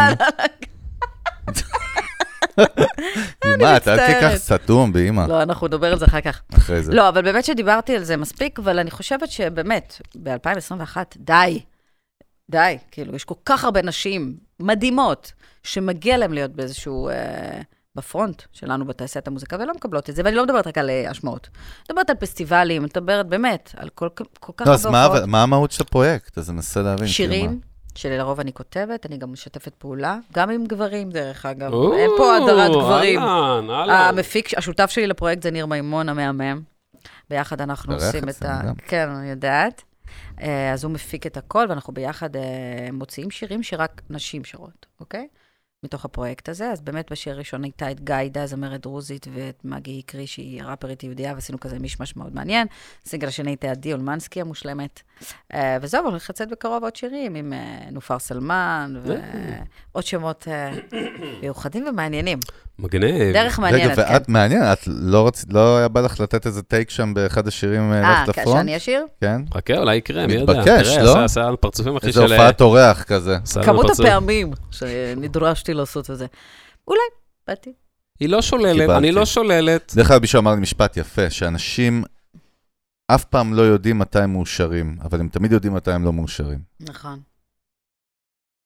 [SPEAKER 2] מה, אתה אל תיקח סתום באמא.
[SPEAKER 3] לא, אנחנו נדבר על זה אחר כך.
[SPEAKER 2] אחרי זה.
[SPEAKER 3] לא, אבל באמת שדיברתי על זה מספיק, אבל אני חושבת שבאמת, ב-2021, די, כאילו, יש כל כך הרבה נשים מדהימות, שמגיע להם להיות באיזשהו, בפרונט שלנו בתעשיית המוזיקה, ולא מקבלות את זה, ואני לא מדברת רק על השמעות. מדברת על פסטיבלים, מדברת באמת על כל כך
[SPEAKER 2] הרבה הופעות. אז מה המהות של הפרויקט? אז אני מנסה להבין.
[SPEAKER 3] שירים, שלרוב אני כותבת, אני גם משתפת פעולה, גם עם גברים, דרך אגב. אין פה הדרת גברים. המפיק, השותף שלי לפרויקט זה ניר מימון, המהמם. ביחד אנחנו עושים את כן, אני יודעת. אז הוא מפיק את הכל, ואנחנו ביחד מוציאים שירים שרק נשים שרות, אוקיי? מתוך הפרויקט הזה. אז באמת בשיר הראשון הייתה את גיידה, זמרת דרוזית, ואת מגי קרי, שהיא ראפרית יהודיה, ועשינו כזה מישמש מאוד מעניין. סינגל השני הייתה עדי אולמנסקי המושלמת. וזהו, אבל חצת בקרוב עוד שירים, עם נופר סלמן, ועוד שמות מיוחדים ומעניינים.
[SPEAKER 1] מגניב.
[SPEAKER 3] דרך מעניינת,
[SPEAKER 2] כן. ואת מעניין, את לא היה בא לך לתת איזה טייק שם באחד השירים ללכת לפרונט?
[SPEAKER 3] שאני אשיר?
[SPEAKER 2] כן.
[SPEAKER 1] חכה, אולי יקרה, מי יודע.
[SPEAKER 2] מתבקש, לא?
[SPEAKER 1] עשה על פרצופים הכי של...
[SPEAKER 2] איזה הופעת אורח כזה.
[SPEAKER 3] כמות הפעמים שנדרשתי לעשות את זה. אולי, באתי.
[SPEAKER 1] היא לא שוללת, אני לא שוללת.
[SPEAKER 2] דרך כלל מישהו אמר לי משפט יפה, שאנשים אף פעם לא יודעים מתי הם מאושרים, אבל הם תמיד יודעים מתי הם לא מאושרים.
[SPEAKER 3] נכון.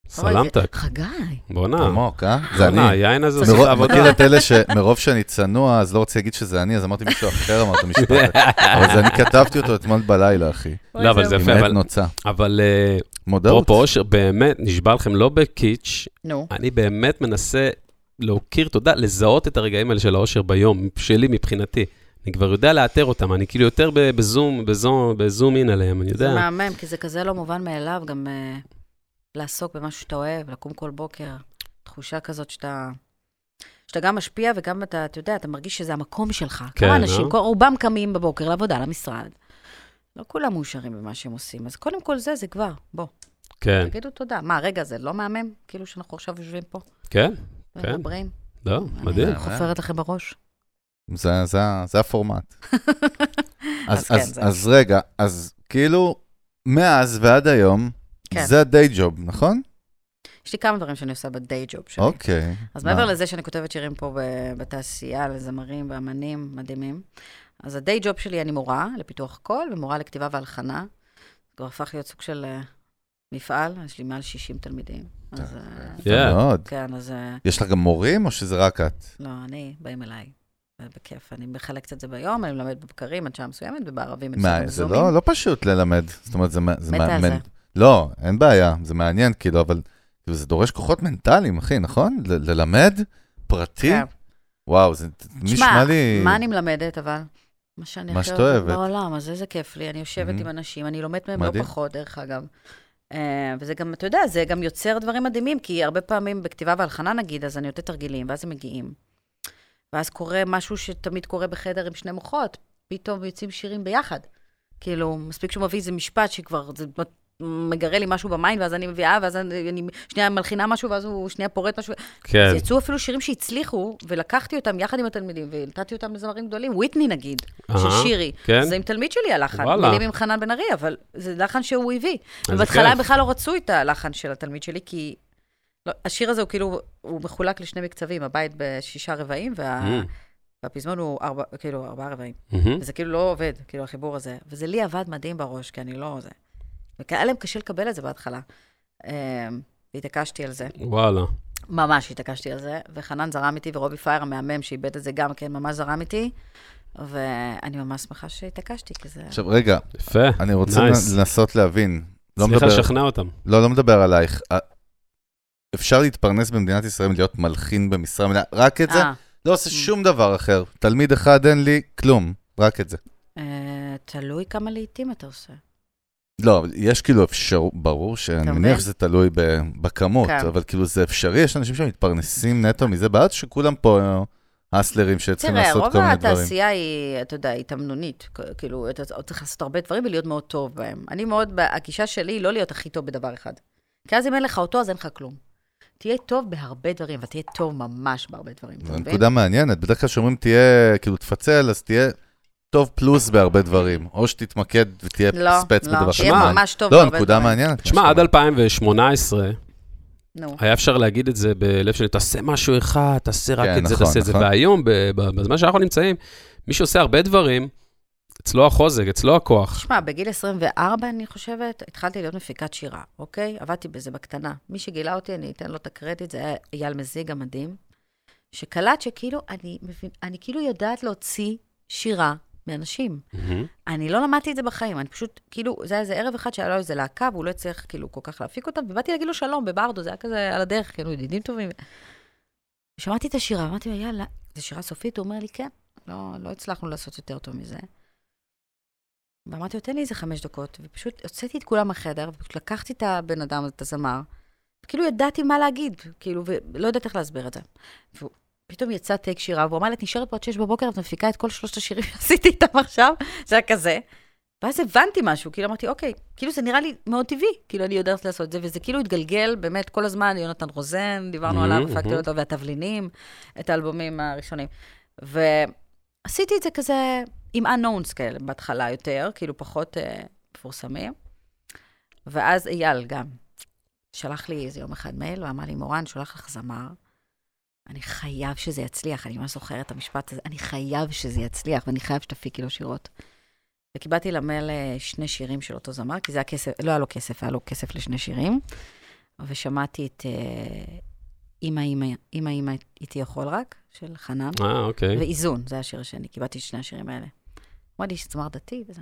[SPEAKER 1] סלמתק.
[SPEAKER 3] חגי.
[SPEAKER 1] בוא'נה.
[SPEAKER 2] עמוק, זה אני.
[SPEAKER 1] היין הזה עושה את העבודה.
[SPEAKER 2] מכיר את אלה שמרוב שאני צנוע, אז לא רוצה להגיד שזה אני, אז אמרתי מישהו אחר, אמרת משפט. אבל אני כתבתי אותו אתמול בלילה, אחי.
[SPEAKER 1] לא, אבל זה יפה. אבל פרופו אושר, באמת, נשבע לכם לא בקיץ', אני באמת מנסה להוקיר תודה, לזהות את הרגעים האלה של האושר ביום, שלי מבחינתי. אני כבר יודע לאתר אותם, אני כאילו יותר בזום אין עליהם, אני יודע.
[SPEAKER 3] זה מהמם, כי זה כזה לא מובן מאליו, גם לעסוק במשהו שאתה אוהב, לקום כל בוקר, תחושה כזאת שאתה גם משפיע וגם אתה יודע, אתה מרגיש שזה המקום שלך. כמה אנשים, רובם קמים בבוקר לעבודה, למשרד. לא כולם מאושרים במה שהם עושים, אז קודם כל זה כבר, בוא.
[SPEAKER 1] כן.
[SPEAKER 3] תגידו תודה. מה, רגע, זה לא מהמם? כאילו שאנחנו עכשיו יושבים פה?
[SPEAKER 1] כן,
[SPEAKER 3] כן. מדברים.
[SPEAKER 1] לא, מדהים.
[SPEAKER 3] אני חופרת לכם בראש.
[SPEAKER 2] זה הפורמט. אז רגע, אז כאילו, מאז ועד היום, זה הדיי ג'וב, נכון?
[SPEAKER 3] יש לי כמה דברים שאני עושה בדיי ג'וב שלי.
[SPEAKER 2] אוקיי.
[SPEAKER 3] אז מעבר לזה שאני כותבת שירים פה בתעשייה, לזמרים ואמנים מדהימים, אז הדיי ג'וב שלי, אני מורה לפיתוח קול, ומורה לכתיבה והלחנה. זה כבר הפך להיות סוג של מפעל, יש לי מעל 60 תלמידים.
[SPEAKER 2] מאוד.
[SPEAKER 3] כן, אז...
[SPEAKER 2] יש לך גם מורים, או שזה רק את?
[SPEAKER 3] לא, באים אליי. בכיף. אני מחלקת את זה ביום, אני מלמד בבקרים, עד שעה מסוימת, ובערבים מסוימת בזומים.
[SPEAKER 2] זה לא פשוט ללמד. זאת אומרת, זה מעניין. לא, אין בעיה, זה מעניין, כאילו, אבל זה דורש כוחות מנטליים, אחי, נכון? ללמד פרטי? וואו, זה נשמע לי...
[SPEAKER 3] מה אני מלמדת, אבל? מה
[SPEAKER 2] שאת אוהבת.
[SPEAKER 3] בעולם, אז איזה כיף לי. אני יושבת עם אנשים, אני לומדת מהם לא פחות, דרך אגב. וזה גם, אתה יודע, זה גם יוצר דברים מדהימים, כי הרבה פעמים בכתיבה והלחנה, נגיד, אז אני נותנת תרגילים, ואז הם מגיעים. ואז קורה משהו שתמיד קורה בחדר עם שני מוחות, פתאום יוצאים שירים ביחד. כאילו, מספיק שהוא מביא איזה משפט שכבר מגרה לי משהו במיינד, ואז אני מביאה, ואז אני שנייה מלחינה משהו, ואז הוא שנייה פורט משהו.
[SPEAKER 1] כן.
[SPEAKER 3] אז יצאו אפילו שירים שהצליחו, ולקחתי אותם יחד עם התלמידים, והלטתי אותם לזמרים גדולים. וויטני נגיד, של שירי.
[SPEAKER 1] כן.
[SPEAKER 3] זה עם תלמיד שלי הלחן, מילים עם חנן בן ארי, אבל זה לחן שהוא הביא. ובהתחלה הם בכלל לא רצו את הלחן של התלמיד שלי, כי השיר הזה הוא כאילו, הוא מחולק לשני מקצבים, הבית ב6 רבעים, והפזמון הוא 4 רבעים. וזה כאילו לא עובד, כאילו החיבור הזה. וזה לי עבד מדהים בראש, כי אני לא זה. וכאלה להם קשה לקבל את זה בהתחלה. והתעקשתי על זה.
[SPEAKER 1] וואלה.
[SPEAKER 3] ממש התעקשתי על זה, וחנן זרם איתי, ורובי פייר המאמם שאיבד את זה גם, כן, ממש זרם איתי, ואני ממש שמחה שהתעקשתי, כי זה...
[SPEAKER 2] עכשיו, רגע,
[SPEAKER 1] יפה,
[SPEAKER 2] אני רוצה לנסות להבין.
[SPEAKER 1] סליחה לשכנע אותם.
[SPEAKER 2] לא מדבר עלייך. אפשר להתפרנס במדינת ישראל, להיות מלחין במשרה מלאה, רק את זה? לא עושה שום דבר אחר. תלמיד אחד אין לי כלום, רק את זה.
[SPEAKER 3] תלוי כמה לעיתים אתה עושה.
[SPEAKER 2] לא, יש כאילו אפשר, ברור שאני מניח שזה תלוי בכמות, אבל כאילו זה אפשרי, יש אנשים שמתפרנסים נטו מזה, בעד שכולם פה הסלרים שצריכים לעשות כל מיני דברים.
[SPEAKER 3] תראה, רוב התעשייה היא, אתה יודע, היא תמנונית, כאילו, אתה צריך לעשות הרבה דברים ולהיות מאוד טוב בהם. אני מאוד, הגישה שלי היא לא להיות הכי טוב בדבר אחד. כי אז אם אין לך אותו, אז אין לך כלום. תהיה טוב בהרבה דברים, ותהיה טוב ממש בהרבה דברים.
[SPEAKER 2] זו נקודה מעניינת, בדרך כלל שאומרים תהיה, כאילו תפצל, אז תהיה טוב פלוס בהרבה דברים, או שתתמקד ותהיה ספץ בדבר.
[SPEAKER 3] לא, תהיה ממש טוב בהרבה דברים.
[SPEAKER 2] לא, נקודה מעניינת.
[SPEAKER 1] תשמע, עד 2018, היה אפשר להגיד את זה בלב שלי, תעשה משהו אחד, תעשה רק את זה, תעשה את זה. והיום, בזמן שאנחנו נמצאים, מי שעושה הרבה דברים, אצלו החוזק, אצלו הכוח.
[SPEAKER 3] תשמע, בגיל 24, אני חושבת, התחלתי להיות מפיקת שירה, אוקיי? עבדתי בזה בקטנה. מי שגילה אותי, אני אתן לו את הקרדיט, זה היה אייל מזיג המדהים, שקלט שכאילו, אני כאילו יודעת להוציא שירה מאנשים. אני לא למדתי את זה בחיים, אני פשוט, כאילו, זה היה איזה ערב אחד שהיה לו איזה להקה, והוא לא הצליח כאילו כל כך להפיק אותם, ובאתי להגיד לו שלום בברדו, זה היה כזה על הדרך, כאילו, ידידים טובים. שמעתי את השירה, אמרתי לו, יאללה, זו שירה סופית? הוא אומר לי, כן, לא הצלחנו לעשות יותר טוב מזה. ואמרתי לו, תן לי איזה 5 דקות, ופשוט הוצאתי את כולם מהחדר, ופשוט לקחתי את הבן אדם, את הזמר, וכאילו ידעתי מה להגיד, כאילו, ולא יודעת איך להסביר את זה. פתאום יצא טייק שירה, והוא אמר לי, את נשארת פה עד 6 בבוקר, ואת מפיקה את כל 3 השירים שעשיתי איתם עכשיו, זה היה כזה. ואז הבנתי משהו, כאילו אמרתי, אוקיי, כאילו זה נראה לי מאוד טבעי, כאילו אני יודעת לעשות את זה, וזה כאילו התגלגל באמת כל הזמן, יונתן רוזן, דיברנו עליו, הפקתי אותו, והתבלינים, את האלבומים הראשונים. ועשיתי את זה כזה עם unknowns כאלה, בהתחלה יותר, כאילו פחות מפורסמים. ואז אייל גם שלח לי איזה יום אחד מייל, ואמר לי, מורן, שולח לך זמר, אני חייב שזה יצליח, אני ממש זוכרת את המשפט הזה, אני חייב שזה יצליח, ואני חייב שתפיקי לו שירות. וקיבלתי למייל 2 שירים של אותו זמר, כי זה היה כסף, לא היה לו כסף, היה לו כסף ל2 שירים. ושמעתי את אמא איתי יכול רק, של חנן.
[SPEAKER 1] אוקיי.
[SPEAKER 3] ואיזון, זה השיר השני, קיבלתי את שני השירים האלה. אמרתי שצמר דתי וזה.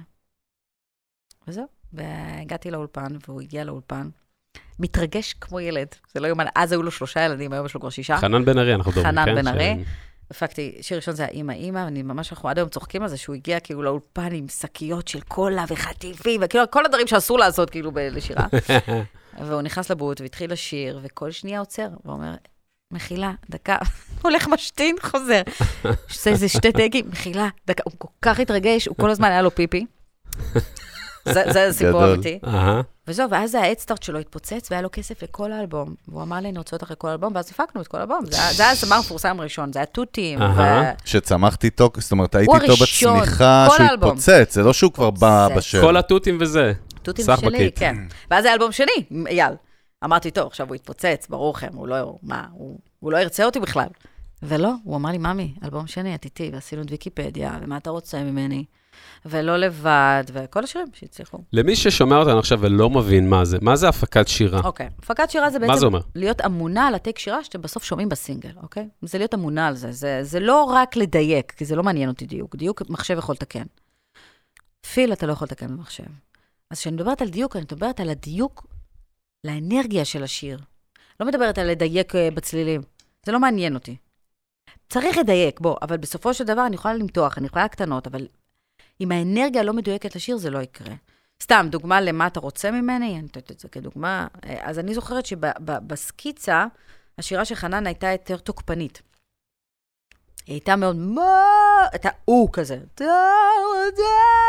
[SPEAKER 3] וזהו, והגעתי לאולפן, והוא הגיע לאולפן, מתרגש כמו ילד. זה לא יומן, אז היו לו 3 ילדים, היום יש לו כבר 6.
[SPEAKER 1] חנן בן ארי, אנחנו דומים, כן?
[SPEAKER 3] חנן בן ארי. הפקתי, שיר ראשון זה אמא, ואני ממש, אנחנו עד היום צוחקים על זה, שהוא הגיע כאילו לאולפן עם שקיות של קולה וחטיפים, וכאילו כל הדברים שאסור לעשות כאילו לשירה. והוא נכנס לבוט והתחיל לשיר, וכל שנייה עוצר, ואומר, מחילה, דקה, הולך משתין, חוזר. עושה איזה 2 טייקים, מחילה, דקה, הוא כל כך התרגש, הוא כל הזמן היה לו פיפי. זה סיפור אמיתי. וזהו, ואז זה האדסטארט שלו התפוצץ, והיה לו כסף לכל האלבום. והוא אמר לי, אני רוצה אותך לכל האלבום, ואז הפקנו את כל האלבום. זה היה זמר מפורסם ראשון, זה היה תותים.
[SPEAKER 2] שצמחתי איתו, זאת אומרת, הייתי איתו בצמיחה שהוא התפוצץ, זה לא שהוא כבר בא בשל.
[SPEAKER 1] כל התותים וזה.
[SPEAKER 3] תותים שלי, כן. ואז זה האלבום שני, אייל. אמרתי, טוב, עכשיו הוא התפוצץ, ברור לכם, הוא לא ירצה אותי בכלל. ולא, הוא אמר לי, ממי, אלבום שני, את איתי, ועשינו את ויקיפדיה, ומה אתה רוצה ממני? ולא לבד, וכל השירים שהצליחו.
[SPEAKER 1] למי ששומע אותנו עכשיו ולא מבין מה זה, מה זה הפקת שירה?
[SPEAKER 3] אוקיי, הפקת שירה זה בעצם להיות אמונה על הטייק שירה שאתם בסוף שומעים בסינגל, אוקיי? זה להיות אמונה על זה, זה לא רק לדייק, כי זה לא מעניין אותי דיוק, דיוק מחשב יכול לתקן. פיל אתה לא יכול לתקן במחשב. אז כשאני מדברת על דיוק, אני מדברת על הדיוק לאנרגיה של השיר. לא מדברת על לדייק בצלילים, זה לא מעניין אותי. צריך לדייק, בוא, אבל בסופו של דבר אני יכולה למתוח, אני יכולה קטנות, אבל אם האנרגיה לא מדויקת לשיר, זה לא יקרה. סתם, דוגמה למה אתה רוצה ממני, אני אתן את זה כדוגמה. אז אני זוכרת שבסקיצה, השירה של חנן הייתה יותר תוקפנית. היא הייתה מאוד, הייתה כזה. אתה רוצה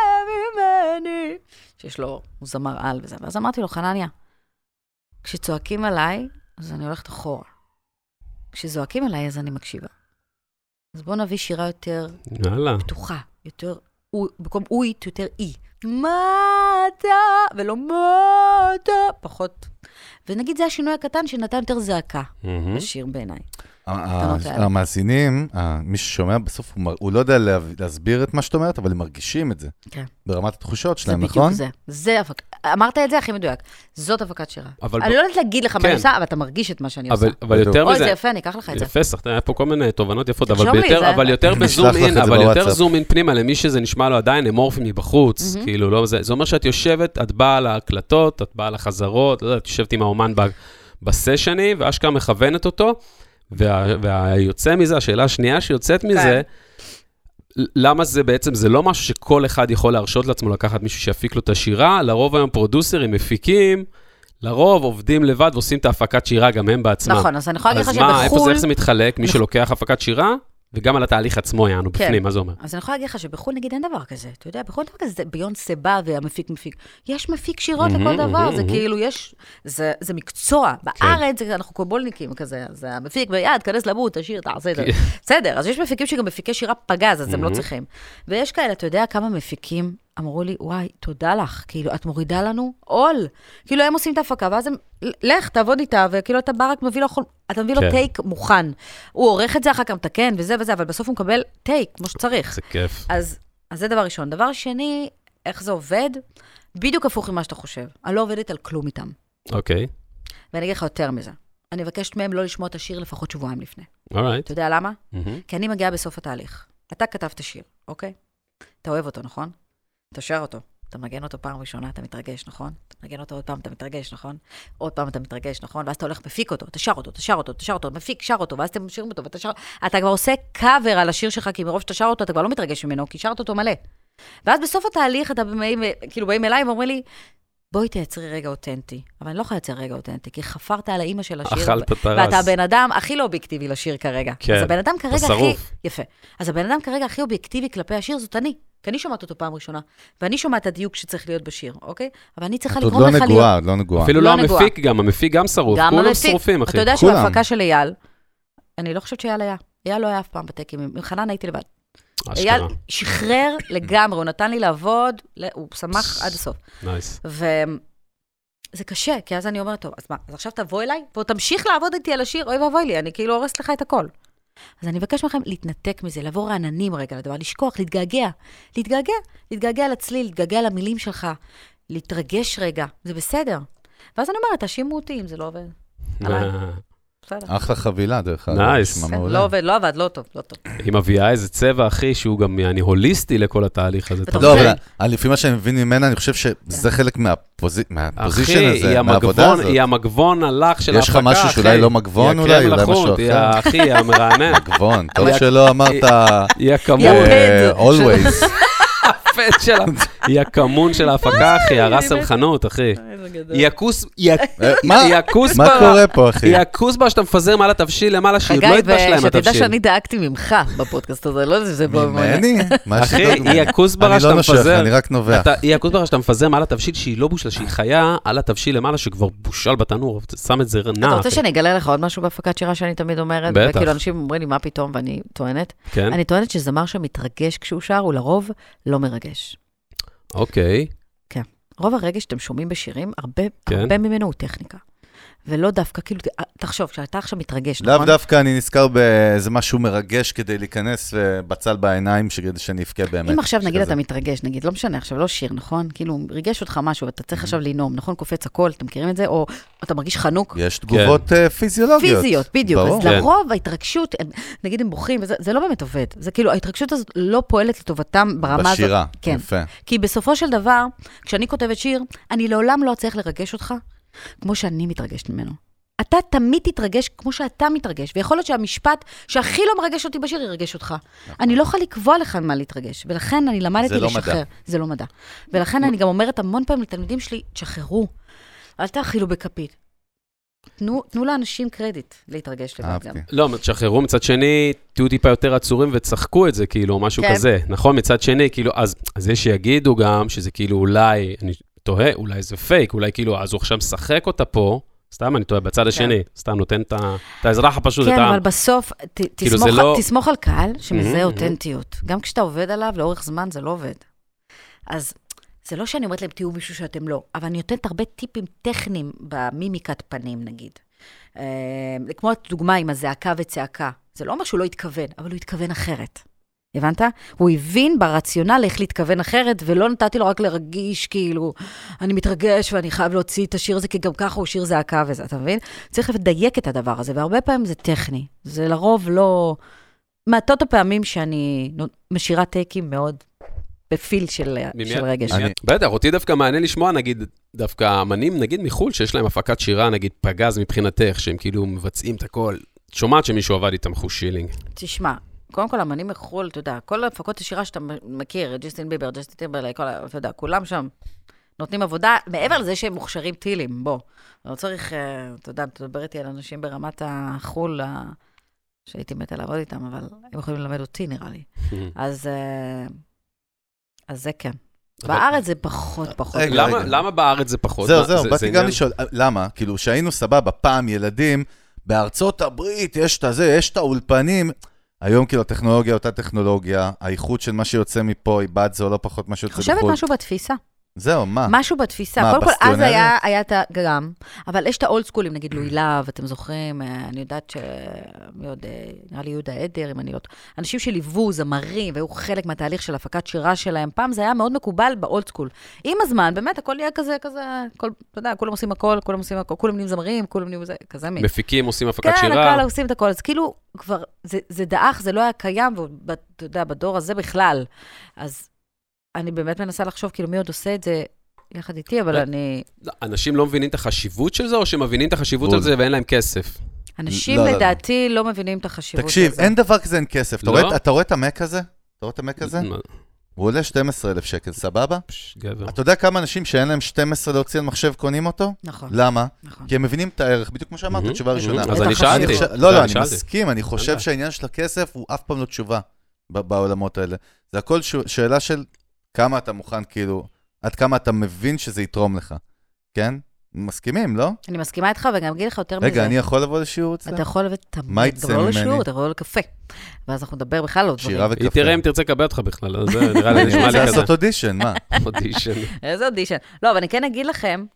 [SPEAKER 3] ממני. שיש לו, הוא זמר על וזה. ואז אמרתי לו, חנניה, כשצועקים עליי, אז אני הולכת אחורה. כשזועקים עליי, אז אני מקשיבה. אז בואו נביא שירה יותר פתוחה, יותר במקום אוית יותר אי. מה אתה? ולא מה אתה? פחות. ונגיד זה השינוי הקטן שנתן יותר זעקה בשיר בעיניי.
[SPEAKER 2] המאזינים, מי ששומע בסוף, הוא לא יודע להסביר את מה שאת אומרת, אבל הם מרגישים את זה. ברמת התחושות שלהם, נכון?
[SPEAKER 3] זה בדיוק זה. אמרת את זה הכי מדויק. זאת הפקת שירה. אני לא יודעת להגיד לך מה אני עושה, אבל אתה מרגיש את מה שאני עושה.
[SPEAKER 1] אבל יותר מזה...
[SPEAKER 3] אוי, זה יפה, אני אקח לך את זה.
[SPEAKER 1] יפה, היה פה כל מיני תובנות יפות, אבל יותר זום אין פנימה, למי שזה נשמע לו עדיין אמורפי מבחוץ, כאילו, זה אומר שאת יושבת, את באה להקלטות, את באה לחזרות, את יושבת עם האומן בסשני, ואשכרה מכוונת אותו, והיוצא מזה, השאלה השנייה שיוצאת מזה, למה זה בעצם, זה לא משהו שכל אחד יכול להרשות לעצמו לקחת מישהו שיפיק לו את השירה, לרוב היום פרודוסרים מפיקים, לרוב עובדים לבד ועושים את ההפקת שירה גם הם בעצמם.
[SPEAKER 3] נכון, אז אני יכולה להגיד לך
[SPEAKER 1] שבחול... איך זה מתחלק, מי שלוקח הפקת שירה, וגם על התהליך עצמו יענו בפנים, מה זה אומר?
[SPEAKER 3] אז אני יכולה להגיד לך שבחול נגיד אין דבר כזה, אתה יודע, בחול דבר כזה, ביונסה בא והמפיק מפיק. יש מפיק שירות לכל דבר, זה כאילו יש, זה מקצוע. בארץ אנחנו קובולניקים כזה, אז המפיק ביד, כנס לבוט, תשאיר, תעשה את זה. בסדר, אז יש מפיקים שגם מפיקי שירה פגז, אז הם לא צריכים. ויש כאלה, אתה יודע כמה מפיקים אמרו לי, וואי, תודה לך, כאילו, את מורידה לנו עול. כאילו, הם עושים את ההפקה, ואז הם, לך, תעבוד איתה, וכאילו, אתה בא רק מביא לו, אתה מביא לו טייק מוכן. הוא עורך את זה אחר כך, מתקן, וזה וזה, אבל בסוף הוא מקבל טייק, כמו שצריך.
[SPEAKER 1] זה כיף.
[SPEAKER 3] אז זה דבר ראשון. דבר שני, איך זה עובד? בדיוק הפוך ממה שאתה חושב. אני לא עובדת על כלום איתם.
[SPEAKER 1] אוקיי.
[SPEAKER 3] ואני אגיד לך יותר מזה. אני מבקשת מהם לא לשמוע את השיר לפחות שבועיים לפני.
[SPEAKER 1] אורייט.
[SPEAKER 3] אתה יודע למה? כי אני מגיעה בסוף התהליך. אתה כתבת שיר, אוקיי? אתה אוהב אותו, נכון? אתה שר אותו, אתה מגן אותו פעם ראשונה, אתה מתרגש, נכון? אתה מגן אותו עוד פעם, אתה מתרגש, נכון? עוד פעם אתה מתרגש, נכון? ואז אתה הולך, מפיק אותו, אתה שר אותו, מפיק, שר אותו, ואז אתם שרים אותו, אתה כבר עושה קאבר על השיר שלך, כי מרוב שאתה שר אותו, אתה כבר לא מתרגש ממנו, כי שרת אותו מלא. ואז בסוף התהליך, אתה כאילו באים אליי ואומרים לי, בואי תייצרי רגע אותנטי. אבל אני לא יכולה לייצר רגע אותנטי, כי חפרת על האמא של השיר, ואתה הבן אדם הכי לא אובייקטיבי לשיר כרגע. אז הבן אדם כרגע הכי... יפה. אז הבן אדם כרגע הכי אובייקטיבי כלפי השיר, זאת אני. כי אני שומעת אותו פעם ראשונה, ואני שומעת את הדיוק שצריך להיות בשיר, אוקיי? אבל אני צריכה לגרום לך להיות...
[SPEAKER 2] לא נגועה.
[SPEAKER 1] אפילו לא המפיק גם, המפיק גם שרוף. כולם שרופים, אחי.
[SPEAKER 3] אתה יודע שבהפקה של אייל, אני לא חושבת שאייל היה. אייל לא היה אף פעם בטקים. עם חנן הייתי לבד. אייל שחרר לגמרי, הוא נתן לי לעבוד, הוא שמח עד הסוף.
[SPEAKER 1] נייס.
[SPEAKER 3] וזה קשה, כי אז אני אומרת, טוב, אז מה, אז עכשיו תבוא אליי, ותמשיך לעבוד איתי על השיר, אוי ואבוי לי, אני כאילו הורסת לך את הכל. אז אני מבקש מכם להתנתק מזה, לעבור רעננים רגע לדבר, לשכוח, להתגעגע לצליל, להתגעגע למילים שלך, להתרגש רגע, זה בסדר. ואז אני אומרת, תשימו אותי אם זה לא עובד.
[SPEAKER 2] אחלה חבילה, דרך אגב.
[SPEAKER 1] נייס.
[SPEAKER 3] לא עובד, לא עבד, לא טוב, לא טוב.
[SPEAKER 1] היא מביאה איזה צבע, אחי, שהוא גם הוליסטי לכל התהליך הזה.
[SPEAKER 2] לא, אבל לפי מה שאני מבין ממנה, אני חושב שזה חלק מהפוזישן הזה, מהעבודה הזאת.
[SPEAKER 1] היא המגבון הלך של ההפקה,
[SPEAKER 2] יש לך משהו שאולי לא מגבון, אולי משהו אחר.
[SPEAKER 1] אחי, היא המרענן.
[SPEAKER 2] מגבון, טוב שלא אמרת,
[SPEAKER 1] היא הכמון.
[SPEAKER 2] always.
[SPEAKER 1] היא הכמון של ההפקה, אחי, הרס המחנות, אחי. היא הכוס
[SPEAKER 2] מה קורה פה, אחי?
[SPEAKER 1] היא הכוס בה שאתה מפזר מעל התבשיל, למעלה שהיא לא יתבש להם התבשיל.
[SPEAKER 3] שתדע שאני דאגתי ממך בפודקאסט הזה, לא זה בוא
[SPEAKER 2] ממני?
[SPEAKER 1] אחי, היא הכוס בה שאתה מפזר.
[SPEAKER 2] אני לא נושך, אני רק נובע.
[SPEAKER 1] היא הכוס בה שאתה מפזר מעל התבשיל שהיא לא בושלה, שהיא חיה על התבשיל למעלה שכבר בושל בתנור, שם את זה נע.
[SPEAKER 3] אתה רוצה שאני אגלה לך עוד משהו בהפקת שירה שאני תמיד אומרת?
[SPEAKER 1] בטח.
[SPEAKER 3] וכאילו אנשים אומרים לי מה פתאום, ואני טוענת. אני טוענת שזמר שמתרגש כשהוא שר, הוא לרוב לא מרגש.
[SPEAKER 1] אוקיי.
[SPEAKER 3] כן. רוב הרגש שאתם שומעים בשירים, הרבה ממנו הוא טכניקה. ולא דווקא, כאילו, תחשוב, כשאתה עכשיו מתרגש, נכון?
[SPEAKER 2] לאו דווקא אני נזכר באיזה משהו מרגש כדי להיכנס ובצל בעיניים כדי שאני אפקה באמת.
[SPEAKER 3] אם עכשיו נגיד אתה מתרגש, נגיד, לא משנה, עכשיו לא שיר, נכון? כאילו, ריגש אותך משהו, ואתה צריך עכשיו לנאום, נכון? קופץ הכל, אתם מכירים את זה? או אתה מרגיש חנוק?
[SPEAKER 2] יש תגובות פיזיולוגיות.
[SPEAKER 3] פיזיות, בדיוק. אז לרוב ההתרגשות, נגיד הם בוכים, זה לא באמת עובד. זה כאילו, ההתרגשות הזאת לא פועלת לטובתם ברמה הזאת.
[SPEAKER 2] בשירה, יפה.
[SPEAKER 3] כי בסופו של דבר, כשאני כותבת שיר, אני לעולם לא צריך לרגש אותך כמו שאני מתרגשת ממנו. אתה תמיד תתרגש כמו שאתה מתרגש, ויכול להיות שהמשפט שהכי לא מרגש אותי בשיר ירגש אותך. אני לא יכולה לקבוע לך מה להתרגש, ולכן אני למדתי לשחרר. זה לא מדע. ולכן אני גם אומרת המון פעמים לתלמידים שלי, תשחררו, אל תאכילו בכפית. תנו לאנשים קרדיט להתרגש לבד גם.
[SPEAKER 1] לא, תשחררו, מצד שני, תהיו טיפה יותר עצורים וצחקו את זה, כאילו, משהו כזה. נכון, מצד שני, כאילו, אז יש שיגידו גם שזה כאילו אולי, אני תוהה, אולי זה פייק, אולי כאילו, אז הוא עכשיו משחק אותה פה, סתם, אני טועה, בצד השני, סתם נותן את האזרח הפשוט.
[SPEAKER 3] כן, אבל בסוף, תסמוך על קהל שמזהה אותנטיות. גם כשאתה עובד עליו, לאורך זמן זה לא עובד. אז זה לא שאני אומרת להם, תהיו מישהו שאתם לא, אבל אני נותנת הרבה טיפים טכניים במימיקת פנים, נגיד. כמו דוגמה עם הזעקה וצעקה. זה לא אומר שהוא לא התכוון, אבל הוא התכוון אחרת. הבנת? הוא הבין ברציונל איך להתכוון אחרת, ולא נתתי לו רק לרגיש, כאילו, אני מתרגש ואני חייב להוציא את השיר הזה, כי גם ככה הוא שיר זעקה וזה, אתה מבין? צריך לדייק את הדבר הזה, והרבה פעמים זה טכני. זה לרוב לא... מעטות הפעמים שאני משאירה טייקים מאוד בפיל של רגש.
[SPEAKER 1] בטח, אותי דווקא מעניין לשמוע, נגיד, דווקא אמנים, נגיד מחול, שיש להם הפקת שירה, נגיד פגז מבחינתך, שהם כאילו מבצעים את הכל. שומעת שמישהו עבד איתם חוש שילינג.
[SPEAKER 3] תשמע, קודם כל, אמנים מחול, אתה יודע, כל הפקות השירה שאתה מכיר, ג'סטין ביבר, ג'סטין טימברלי, אתה יודע, כולם שם נותנים עבודה, מעבר לזה שהם מוכשרים טילים, בוא. לא צריך, אתה יודע, תדבר איתי על אנשים ברמת החול, שהייתי מתה לעבוד איתם, אבל הם יכולים ללמד אותי, נראה לי. אז זה כן. בארץ זה פחות.
[SPEAKER 1] למה בארץ זה פחות?
[SPEAKER 2] זהו, באתי גם לשאול, למה? כאילו, שהיינו סבבה, פעם ילדים, בארצות הברית יש את האולפנים, היום כאילו הטכנולוגיה, אותה טכנולוגיה, האיכות של מה שיוצא מפה היא בד, זה או לא פחות מה שיוצא בחו"ל.
[SPEAKER 3] חושבת משהו בתפיסה.
[SPEAKER 2] זהו, מה?
[SPEAKER 3] משהו בתפיסה. קודם כל, אז היה את גם, אבל יש את האולד סקולים, נגיד לואי להב, אתם זוכרים, אני יודעת נראה לי יהודה עדר, אם אני לא... אנשים שליוו, זמרים, והיו חלק מהתהליך של הפקת שירה שלהם, פעם זה היה מאוד מקובל באולד סקול. עם הזמן, באמת, הכל יהיה כזה, אתה יודע, כולם עושים הכל, כולם נהיים זמרים, כולם נהיים כזה מין.
[SPEAKER 1] מפיקים, עושים הפקת שירה.
[SPEAKER 3] כן, הכל עושים את הכל. אז כאילו, כבר, זה דאח, זה לא היה קיים, ואתה יודע, בדור הזה בכלל. אז אני באמת מנסה לחשוב, כאילו, מי עוד עושה את זה יחד איתי, אבל אני... אנשים
[SPEAKER 1] לא מבינים את החשיבות של זה, או שמבינים את החשיבות של זה ואין להם כסף?
[SPEAKER 3] אנשים לדעתי לא מבינים את החשיבות של זה.
[SPEAKER 2] תקשיב, אין דבר כזה, אין כסף. אתה רואה את המק הזה? אתה רואה את המק הזה? הוא עולה 12,000 שקל, סבבה? אתה יודע כמה אנשים שאין להם 12 להוציא על מחשב קונים אותו?
[SPEAKER 3] נכון.
[SPEAKER 2] למה? כי הם מבינים את הערך, בדיוק כמו שאמרת, תשובה ראשונה.
[SPEAKER 1] אז אני שאלתי.
[SPEAKER 2] לא, אני מסכים, אני חושב שהעניין של הכסף הוא אף פעם לא תשובה בעולמות האלה. זה הכל שאלה של כמה אתה מוכן, כאילו, עד כמה אתה מבין שזה יתרום לך. כן? מסכימים, לא?
[SPEAKER 3] אני מסכימה איתך, וגם אגיד לך יותר מזה.
[SPEAKER 2] רגע, אני יכול לבוא לשיעור אצלך?
[SPEAKER 3] אתה יכול לבוא תמיד, גם לא לשיעור, אתה יכול לבוא לקפה. ואז אנחנו נדבר בכלל עוד דברים.
[SPEAKER 2] שירה וקפה.
[SPEAKER 1] היא תראה אם תרצה לקבל אותך בכלל, זה נראה לי נשמע לי כזה.
[SPEAKER 2] אני רוצה לעשות אודישן, מה?
[SPEAKER 1] אודישן.
[SPEAKER 3] איזה אודישן. לא, אבל אני כן אגיד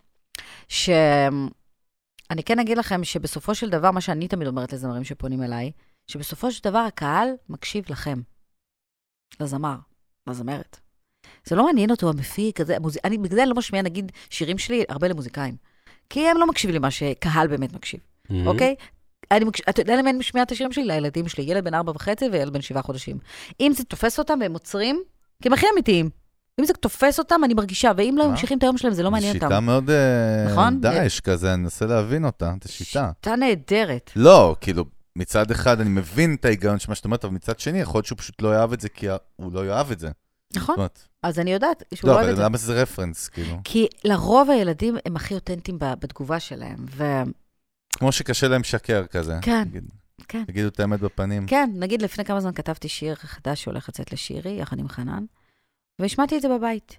[SPEAKER 3] לכם שבסופו של דבר, מה שאני תמיד אומרת לזמרים שפונים אליי, שבסופו של דבר הקהל מקשיב לכם. לזמר, לזמרת. זה לא מעניין אותו המפיק, בגלל זה אני לא משמיע, נגיד, שירים שלי הרבה למוזיקאים. כי הם לא מקשיבים למה שקהל באמת מקשיב, אוקיי? אתה יודע למה אני משמיעה את השירים שלי לילדים שלי, ילד בן 4.5 וילד בן 7 חודשים. אם זה תופס אותם והם עוצרים, כי הם הכי אמיתיים. אם זה תופס אותם, אני מרגישה, ואם לא ממשיכים את היום שלהם, זה לא מעניין אותם.
[SPEAKER 2] שיטה מאוד דאעש כזה, אני אנסה להבין אותה, את השיטה.
[SPEAKER 3] שיטה נהדרת.
[SPEAKER 2] לא, כאילו, מצד אחד אני מבין את ההיגיון שמה שאת אומרת, אבל מצד שני, יכול להיות שהוא פשוט לא יאהב את זה, כי הוא לא יאהב את זה.
[SPEAKER 3] נכון, אז אני יודעת שהוא לא אוהב את זה.
[SPEAKER 2] לא, אבל למה זה רפרנס, כאילו?
[SPEAKER 3] כי לרוב הילדים הם הכי אותנטיים בתגובה שלהם,
[SPEAKER 2] כמו שקשה להם שקר כזה.
[SPEAKER 3] כן, כן.
[SPEAKER 2] תגידו את האמת בפנים.
[SPEAKER 3] כן, נגיד לפני כמה זמן כתבתי שיר חדש שהולך לצאת לשירי, יחד עם חנן, והשמעתי את זה בבית.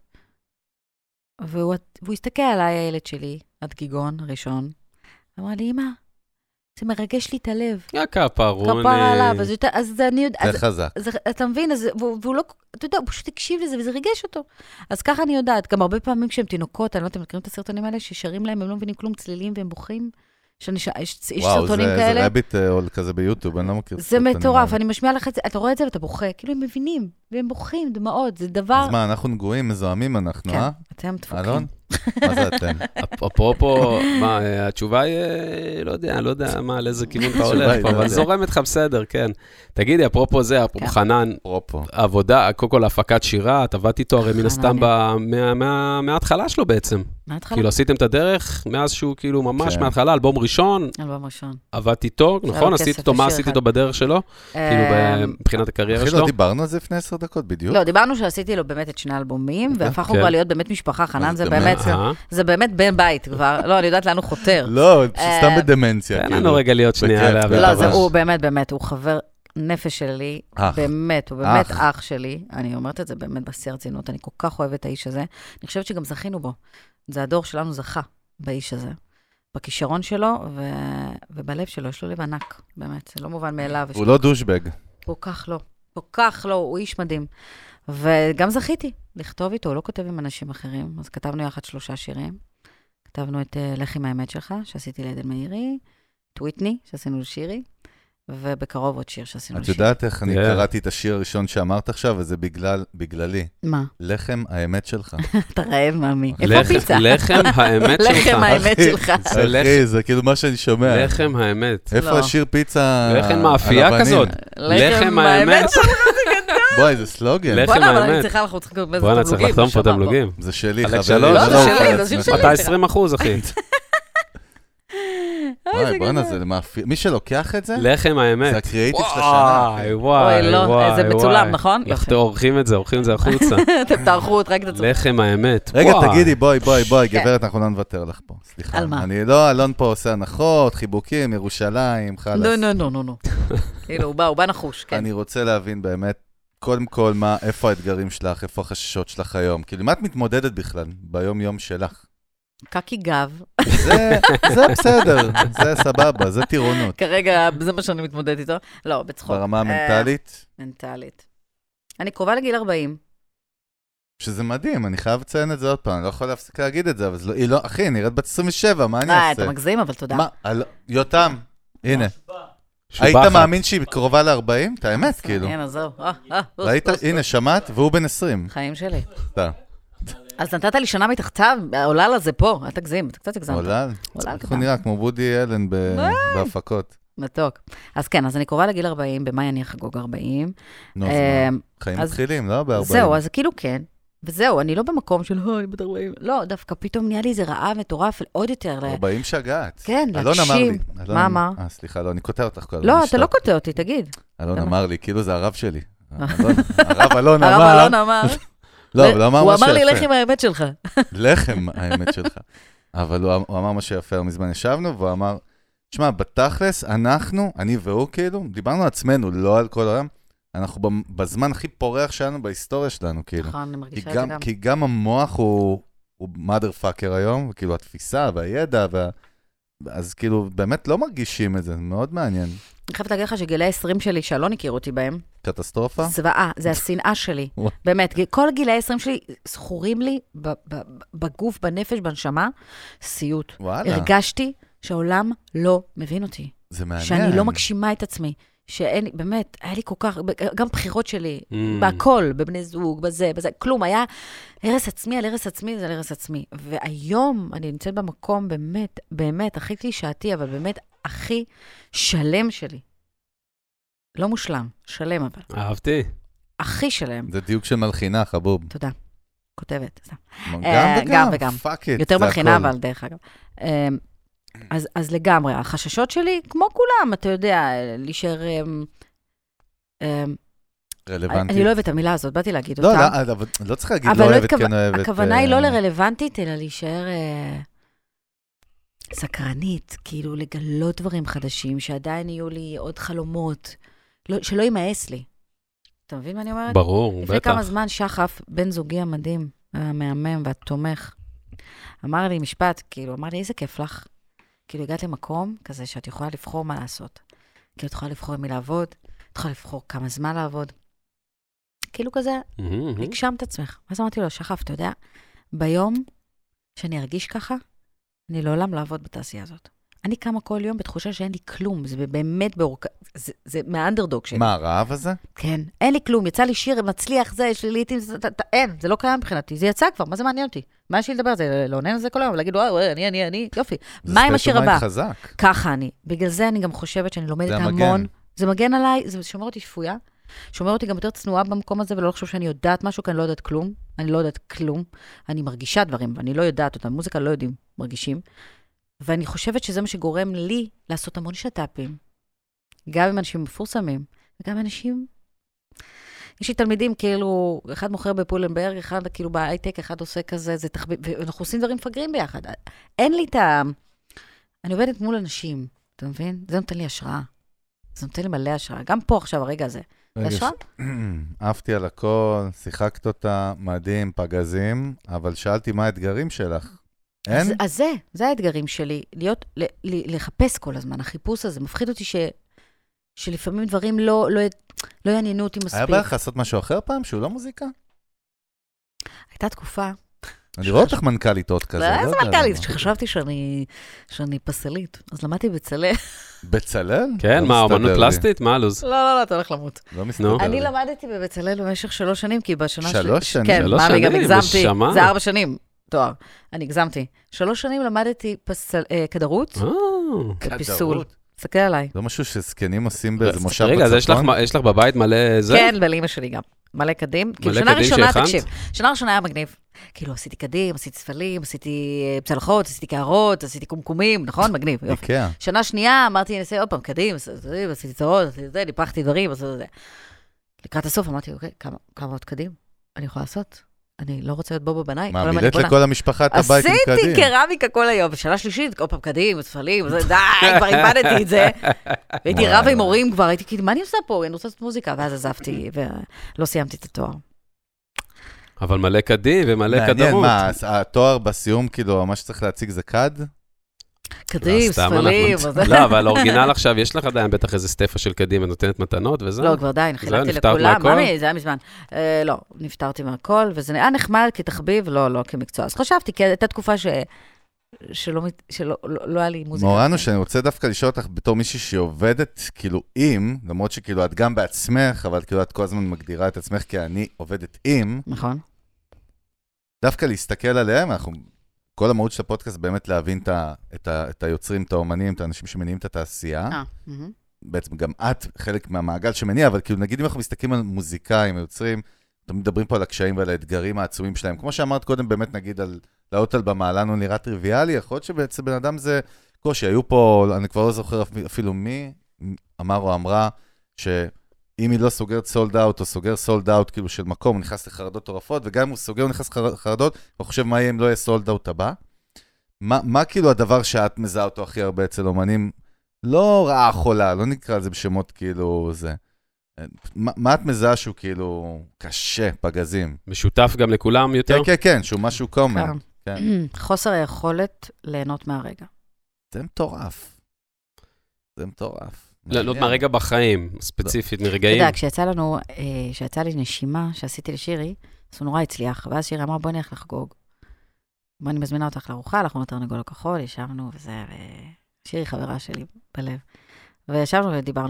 [SPEAKER 3] והוא הסתכל עליי, הילד שלי, הדגיגון הראשון, אמר לי, אמא, זה מרגש לי את הלב.
[SPEAKER 1] כפרוני.
[SPEAKER 3] כפרה עליו, אז אני יודעת.
[SPEAKER 2] זה חזק.
[SPEAKER 3] אתה מבין, והוא לא, אתה יודע, הוא פשוט הקשיב לזה, וזה ריגש אותו. אז ככה אני יודעת, גם הרבה פעמים כשהם תינוקות, אני לא יודעת, אתם מכירים את הסרטונים האלה, ששרים להם, הם לא מבינים כלום, צלילים והם בוכים. יש סרטונים כאלה.
[SPEAKER 2] וואו, זה רביט הול כזה ביוטיוב, אני לא מכיר.
[SPEAKER 3] זה מטורף, אני משמיע לך את זה, אתה רואה את זה ואתה בוכה, כאילו הם מבינים, והם בוכים, דמעות, זה דבר...
[SPEAKER 2] אז מה, אנחנו נגועים, מזוהמים אנחנו,
[SPEAKER 3] כן, אתם דפוקים.
[SPEAKER 2] אלון? מה זה אתם?
[SPEAKER 1] אפרופו, מה, התשובה היא, לא יודע מה, על איזה כיוון אתה הולך פה, אבל זורם איתך בסדר, כן. תגידי, אפרופו זה, אפרופו חנן, עבודה, קודם כל הפקת שירה, את עבדת איתו הרי מן הסתם מההתחלה שלו בעצם. כאילו עשיתם את הדרך, מאז שהוא כאילו ממש מההתחלה, אלבום ראשון. עבדת איתו, נכון? עשית איתו, מה עשית איתו בדרך שלו? כאילו מבחינת הקריירה שלו.
[SPEAKER 2] לא דיברנו על זה לפני 10 דקות, בדיוק.
[SPEAKER 3] לא, דיברנו שעשיתי לו באמת את שני האלבומים, והפכנו כבר להיות באמת משפחה, חנן זה באמת בן בית כבר. לא, אני יודעת לאן הוא חותר.
[SPEAKER 2] לא, סתם בדמנציה.
[SPEAKER 1] אין לנו רגע להיות שנייה.
[SPEAKER 3] לא, הוא באמת, הוא חבר נפש שלי, באמת, הוא באמת אח שלי. אני אומרת את זה באמת בשיא הרצינות, אני כל כך אוהבת את האיש הזה. אני חושבת שגם זכינו בו. זה הדור שלנו זכה באיש הזה. בכישרון שלו ובלב שלו, יש לו לב ענק, באמת, זה לא מובן מאליו.
[SPEAKER 2] הוא לא דושבג.
[SPEAKER 3] כל כך לא, הוא איש מדהים. וגם זכיתי לכתוב איתו, הוא לא כותב עם אנשים אחרים, אז כתבנו יחד 3 שירים. כתבנו את לך עם האמת שלך, שעשיתי לעדן מאירי, את וויטני, שעשינו לשירי, ובקרוב עוד שיר שעשינו לשירי.
[SPEAKER 2] את יודעת איך אני קראתי את השיר הראשון שאמרת עכשיו, וזה בגללי.
[SPEAKER 3] מה?
[SPEAKER 2] לחם האמת שלך.
[SPEAKER 3] אתה רעב, מאמי. איפה פיצה?
[SPEAKER 1] לחם האמת שלך.
[SPEAKER 3] לחם האמת שלך.
[SPEAKER 2] אחי, זה כאילו מה שאני שומע.
[SPEAKER 1] לחם האמת.
[SPEAKER 2] איפה השיר פיצה?
[SPEAKER 1] לחם מאפייה כזאת. לחם האמת.
[SPEAKER 2] בואי, זה סלוגן.
[SPEAKER 1] לחם האמת.
[SPEAKER 3] אני צריכה לחוץ תמלוגים.
[SPEAKER 1] בואי, אני צריך לחתום פה תמלוגים.
[SPEAKER 2] זה שלי,
[SPEAKER 1] חבר.
[SPEAKER 3] לא, זה שלי, זה שיר שלי.
[SPEAKER 1] אתה 20%, אחי.
[SPEAKER 2] בואי נזה, מי שלוקח את זה?
[SPEAKER 1] לחם האמת.
[SPEAKER 2] זה הקריאיטיב של השנה.
[SPEAKER 3] וואי, זה מצולם, נכון?
[SPEAKER 1] עורכים את זה החוצה.
[SPEAKER 3] אתם תערכו רק את עצמם.
[SPEAKER 1] לחם האמת.
[SPEAKER 2] רגע, תגידי, בואי, גברת, אנחנו לא נוותר לך פה. סליחה.
[SPEAKER 3] על מה?
[SPEAKER 2] אני לא, אלון פה עושה הנחות, חיבוקים, ירושלים, חלס.
[SPEAKER 3] לא. כאילו, הוא בא נחוש, כן.
[SPEAKER 2] אני רוצה להבין באמת, קודם כל, איפה האתגרים שלך, איפה החששות שלך היום? כאילו, מה את מתמודדת בכלל ביום-יום שלך?
[SPEAKER 3] קקי גב.
[SPEAKER 2] זה בסדר, זה סבבה, זה טירונות.
[SPEAKER 3] כרגע, זה מה שאני מתמודדת איתו. לא, בצחוק.
[SPEAKER 2] ברמה המנטלית?
[SPEAKER 3] מנטלית. אני קרובה לגיל 40.
[SPEAKER 2] שזה מדהים, אני חייב לציין את זה עוד פעם, אני לא יכול להפסיק להגיד את זה, אבל היא לא, אחי, נראית בת 27, מה אני אעשה?
[SPEAKER 3] אתה מגזים, אבל תודה.
[SPEAKER 2] יותם, הנה. היית מאמין שהיא קרובה ל-40? את האמת, כאילו.
[SPEAKER 3] הנה, זהו.
[SPEAKER 2] הנה, שמעת, והוא בן 20.
[SPEAKER 3] חיים שלי. אז נתת לי שנה מתחתיו, עולה לזה פה, אל תגזים, אתה קצת הגזמת.
[SPEAKER 2] עולה? איך הוא נראה? כמו וודי אלן בהפקות.
[SPEAKER 3] מתוק. אז כן, אז אני קרובה לגיל 40, במאי אני אחגוג 40.
[SPEAKER 2] נו, חיים מתחילים, לא ב-40.
[SPEAKER 3] זהו, אז כאילו כן. וזהו, אני לא במקום של, אני בת 40. לא, דווקא פתאום נהיה לי איזה רעב מטורף, עוד יותר.
[SPEAKER 2] 40 שגעת.
[SPEAKER 3] כן, להקשיב. מה אמר?
[SPEAKER 2] סליחה, לא, אני קוטע אותך כל הזמן.
[SPEAKER 3] לא, אתה לא קוטע אותי, תגיד.
[SPEAKER 2] אלון אמר לי, כאילו זה הרב שלי. הרב אלון אמר. לא, אבל הוא אמר
[SPEAKER 3] הוא אמר לי, לחם האמת שלך.
[SPEAKER 2] לחם האמת שלך. אבל הוא אמר מה שיפה, מזמן ישבנו, והוא אמר, תשמע, בתכלס, אני והוא כאילו, דיברנו על עצמנו, לא על כל העולם, אנחנו בזמן הכי פורח שלנו בהיסטוריה שלנו, כאילו.
[SPEAKER 3] נכון, אני מרגישה את זה גם.
[SPEAKER 2] כי גם המוח הוא mother fucker היום, כאילו התפיסה והידע, אז כאילו באמת לא מרגישים את זה, מאוד מעניין.
[SPEAKER 3] אני חייבת להגיד לך שגילי 20 שלי, שאלון הכיר אותי בהם.
[SPEAKER 2] קטסטרופה?
[SPEAKER 3] צבעה, זה השנאה שלי. באמת, כל גילי 20 שלי זכורים לי בגוף, בנפש, בנשמה, סיוט. הרגשתי שהעולם לא מבין אותי.
[SPEAKER 2] זה מעניין.
[SPEAKER 3] שאני לא מגשימה את עצמי. שאין, באמת, היה לי כל כך, גם בחירות שלי, בהכל, בבני זוג, בזה, כלום, היה הרס עצמי על הרס עצמי, זה על הרס עצמי. והיום אני נמצאת במקום באמת, באמת, הכי קלישאתי, אבל באמת הכי שלם שלי. לא מושלם, שלם אבל.
[SPEAKER 1] אהבתי.
[SPEAKER 3] הכי שלם.
[SPEAKER 2] זה דיוק של מלחינה, חבוב.
[SPEAKER 3] תודה. כותבת.
[SPEAKER 2] גם
[SPEAKER 3] וגם.
[SPEAKER 2] פאק איט.
[SPEAKER 3] יותר מלחינה, אבל דרך אגב. אז לגמרי, החששות שלי, כמו כולם, אתה יודע, להישאר...
[SPEAKER 2] רלוונטית.
[SPEAKER 3] אני לא אוהבת את המילה הזאת, באתי להגיד אותה.
[SPEAKER 2] לא צריך להגיד לא אוהבת, כן אוהבת.
[SPEAKER 3] הכוונה היא לא לרלוונטית, אלא להישאר סקרנית, כאילו לגלות דברים חדשים, שעדיין יהיו לי עוד חלומות, שלא יימאס לי. אתה מבין מה אני אומרת?
[SPEAKER 1] ברור, בטח.
[SPEAKER 3] לפני כמה זמן שחף, בן זוגי המדהים, המהמם והתומך, אמר לי משפט, כאילו, אמר לי, איזה כיף לך. כאילו, הגעת למקום כזה שאת יכולה לבחור מה לעשות. כאילו, את יכולה לבחור מי לעבוד, את יכולה לבחור כמה זמן לעבוד. כאילו כזה, הגשם את עצמך. אז אמרתי לו, שחף, אתה יודע, ביום שאני ארגיש ככה, אני לעולם לעבוד בתעשייה הזאת. אני קמה כל יום בתחושה שאין לי כלום, זה באמת זה מהאנדרדוג שלי.
[SPEAKER 2] מה, הרעב הזה?
[SPEAKER 3] כן, אין לי כלום, יצא לי שיר, מצליח, זה, יש לי לעיתים, אין, זה לא קיים מבחינתי, זה יצא כבר, מה זה מעניין אותי? מה יש לי לדבר? זה לעונן על זה כל היום, להגיד, וואי, אני, יופי. מה עם השיר הבא? ככה אני. בגלל זה אני גם חושבת שאני לומדת המון. זה מגן עליי, זה שומר אותי שפויה, שומר אותי גם יותר צנועה במקום הזה, ולא לחשוב שאני יודעת משהו, כי אני לא יודעת כלום. אני לא יודעת כלום. אני מרגישה דברים, ואני לא יודעת אותם. מוזיקה לא יודעים, מרגישים. ואני חושבת שזה מה שגורם לי לעשות המון שטאפים. גם עם אנשים מפורסמים, וגם אנשים... יש לי תלמידים, כאילו, אחד מוכר בפולנברג, אחד כאילו בהייטק, אחד עושה כזה, ואנחנו עושים דברים מפגרים ביחד. אין לי את ה... אני עובדת מול אנשים, אתה מבין? זה נותן לי השראה. זה נותן לי מלא השראה. גם פה עכשיו, הרגע הזה. זה השראה?
[SPEAKER 2] אהבתי על הכל, שיחקת אותה, מדהים, פגזים, אבל שאלתי מה האתגרים שלך. אין?
[SPEAKER 3] אז זה האתגרים שלי, לחפש כל הזמן. החיפוש הזה מפחיד אותי שלפעמים דברים לא יעניינו אותי מספיק.
[SPEAKER 2] היה בערך לעשות משהו אחר פעם, שהוא לא מוזיקה?
[SPEAKER 3] הייתה תקופה.
[SPEAKER 2] אני רואה אותך מנכ"לית עוד כזה.
[SPEAKER 3] איזה מנכ"לית? שחשבתי שאני פסלית. אז למדתי בצלאל.
[SPEAKER 2] בצלאל?
[SPEAKER 1] כן, מה, אומנות פלסטית? מה הלו"ז?
[SPEAKER 3] לא, אתה הולך למות.
[SPEAKER 2] לא מסתכל.
[SPEAKER 3] אני למדתי בבצלאל במשך 3 שנים, כי בשנה...
[SPEAKER 2] 3 שנים?
[SPEAKER 3] כן, מה, אני גם הגזמתי. זה 4 שנים. תואר. אני הגזמתי. 3 שנים למדתי כדרות. ופיסול. תסתכל עליי.
[SPEAKER 2] לא משהו שזקנים עושים באיזה מושב
[SPEAKER 1] בצפון? רגע, אז יש לך בבית מלא זה?
[SPEAKER 3] כן, ולאמא שלי גם. מלא קדים. כאילו, שנה ראשונה, תקשיב. שנה ראשונה היה מגניב. כאילו, עשיתי קדים, עשיתי צפלים, עשיתי צלחות, עשיתי קערות, עשיתי קומקומים, נכון? מגניב. שנה שנייה, אמרתי, נעשה עוד פעם קדים, עשיתי צרות, עשיתי זה, ניפחתי דברים, עשיתי זה. לקראת הסוף אמרתי, אוקיי, כמה עוד קדים אני יכולה לעשות? אני לא רוצה להיות בובו בנאי.
[SPEAKER 2] מה, מילאת לכל המשפחה את הבית עם קדים?
[SPEAKER 3] עשיתי קרמיקה כל היום, בשנה שלישית, כל פעם קדים, צפלים, די, כבר איבדתי את זה. והייתי רבה עם הורים כבר, הייתי כאילו, מה אני עושה פה? אני רוצה לעשות מוזיקה, ואז עזבתי, ולא סיימתי את התואר.
[SPEAKER 1] אבל מלא קדים ומלא קדמות.
[SPEAKER 2] מעניין, מה, התואר בסיום, כאילו, מה שצריך להציג זה קד?
[SPEAKER 3] קדים, ספלים.
[SPEAKER 1] לא, אבל האורגינל עכשיו, יש לך עדיין בטח איזה סטפה של קדים ונותנת מתנות וזה?
[SPEAKER 3] לא, כבר די, חילקתי לכולם. ממי, זה היה מזמן. לא, נפטרתי מהכל, וזה היה נחמד כתחביב, לא כמקצוע. אז חשבתי, כי הייתה תקופה שלא היה לי מוזיקה.
[SPEAKER 2] מורנו, שאני רוצה דווקא לשאול אותך בתור מישהי שעובדת כאילו עם, למרות שכאילו את גם בעצמך, אבל כאילו את כל הזמן מגדירה את עצמך, כי אני עובדת עם.
[SPEAKER 3] נכון.
[SPEAKER 2] דווקא להסתכל עליהם, אנחנו... כל המהות של הפודקאסט באמת להבין את היוצרים, את האומנים, את האנשים שמניעים את התעשייה. בעצם גם את חלק מהמעגל שמניע, אבל כאילו נגיד אם אנחנו מסתכלים על מוזיקאים, היוצרים, אתם מדברים פה על הקשיים ועל האתגרים העצומים שלהם. כמו שאמרת קודם, באמת נגיד על לעלות על במה, לנו נראה טריוויאלי, יכול להיות שבעצם בן אדם זה קושי. היו פה, אני כבר לא זוכר אפילו מי אמר או אמרה, שאם היא לא סוגרת סולד אאוט, או סוגר סולד אאוט כאילו של מקום, הוא נכנס לחרדות טורפות, וגם אם הוא סוגר, הוא נכנס לחרדות, הוא חושב מה יהיה אם לא יהיה סולד אאוט הבא. מה כאילו הדבר שאת מזהה אותו הכי הרבה אצל אומנים? לא רעה חולה, לא נקרא לזה בשמות כאילו זה. מה את מזהה שהוא כאילו קשה, פגזים?
[SPEAKER 1] משותף גם לכולם יותר?
[SPEAKER 2] כן, שהוא משהו קומן.
[SPEAKER 3] חוסר היכולת ליהנות מהרגע.
[SPEAKER 2] זה מטורף. זה מטורף.
[SPEAKER 1] ליהנות מהרגע בחיים, ספציפית, מרגעים.
[SPEAKER 3] אתה יודע, כשיצא לי נשימה שעשיתי לשירי, אז הוא נורא הצליח, ואז שירי אמר, בוא נלך לחגוג. בוא אני מזמינה אותך לארוחה, הלכנו לתרנגול הכחול, ישבנו וזה, ושירי חברה שלי בלב. וישבנו ודיברנו, ואז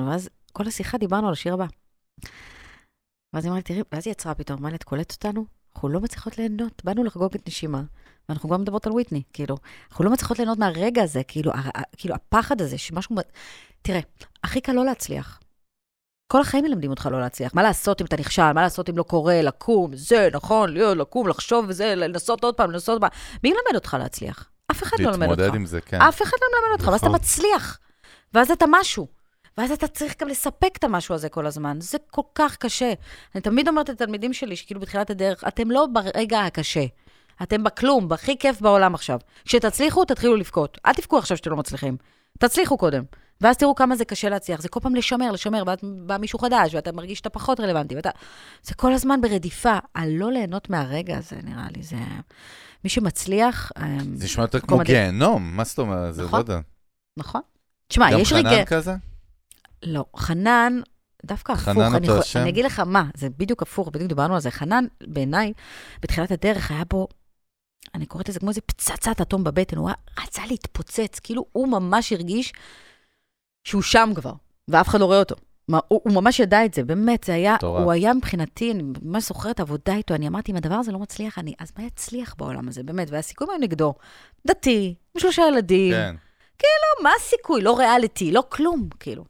[SPEAKER 3] כל השיחה דיברנו על השיר הבא. ואז היא אמרה לי, תראי, ואז היא יצרה פתאום, מה, את קולט אותנו? אנחנו לא מצליחות ליהנות, באנו לחגוג את נשימה, ואנחנו גם מדברות על וויטני, כאילו, אנחנו לא מצליחות ליהנות מהרגע הזה, כאילו הפחד הזה, שמשהו, תראה, הכי קל לא להצליח. כל החיים מלמדים אותך לא להצליח. מה לעשות אם אתה נכשל, מה לעשות אם לא קורה, לקום, זה נכון, לקום, לחשוב וזה, לנסות עוד פעם, לנסות עוד פעם. מי מלמד אותך להצליח? אף אחד לא מלמד אותך.
[SPEAKER 2] להתמודד עם זה, כן.
[SPEAKER 3] אף אחד לא מלמד אותך, ואז אתה מצליח. ואז אתה משהו. ואז אתה צריך גם לספק את המשהו הזה כל הזמן. זה כל כך קשה. אני תמיד אומרת לתלמידים שלי, שכאילו בתחילת הדרך, אתם לא ברגע הקשה. אתם בכלום, בהכי כיף בעולם עכשיו. כשתצליחו, תתחילו לבכות. אל תבכו עכשיו שאתם לא מצליחים. תצליחו קודם. ואז תראו כמה זה קשה להצליח. זה כל פעם לשמר, ואז בא מישהו חדש, ואתה מרגיש שאתה פחות רלוונטי. זה כל הזמן ברדיפה. על לא ליהנות מהרגע הזה, נראה לי. זה... מי שמצליח...
[SPEAKER 2] זה נשמע יותר כמו גיהנום. מה זאת אומרת? זה לא יודע.
[SPEAKER 3] נכון. תשמע, יש רגע...
[SPEAKER 2] גם חנן כזה?
[SPEAKER 3] לא, חנן, דווקא הפוך. אני אגיד לך מה, זה בדיוק הפוך, בדיוק דיברנו על זה. חנן, בעיניי, בתחילת הדרך היה בו, אני קוראת לזה כמו איזה פצצת אטום בבטן, הוא רצה להתפוצץ, כאילו הוא ממש הרגיש שהוא שם כבר, ואף אחד לא רואה אותו. הוא ממש ידע את זה, באמת, זה היה, הוא היה מבחינתי, אני ממש זוכרת עבודה איתו, אני אמרתי, אם הדבר הזה לא מצליח, אז מה יצליח בעולם הזה, באמת, והסיכוי היה נגדו, דתי, 3 ילדים, כאילו, מה הסיכוי? לא ריאליטי, לא כלום, כאילו.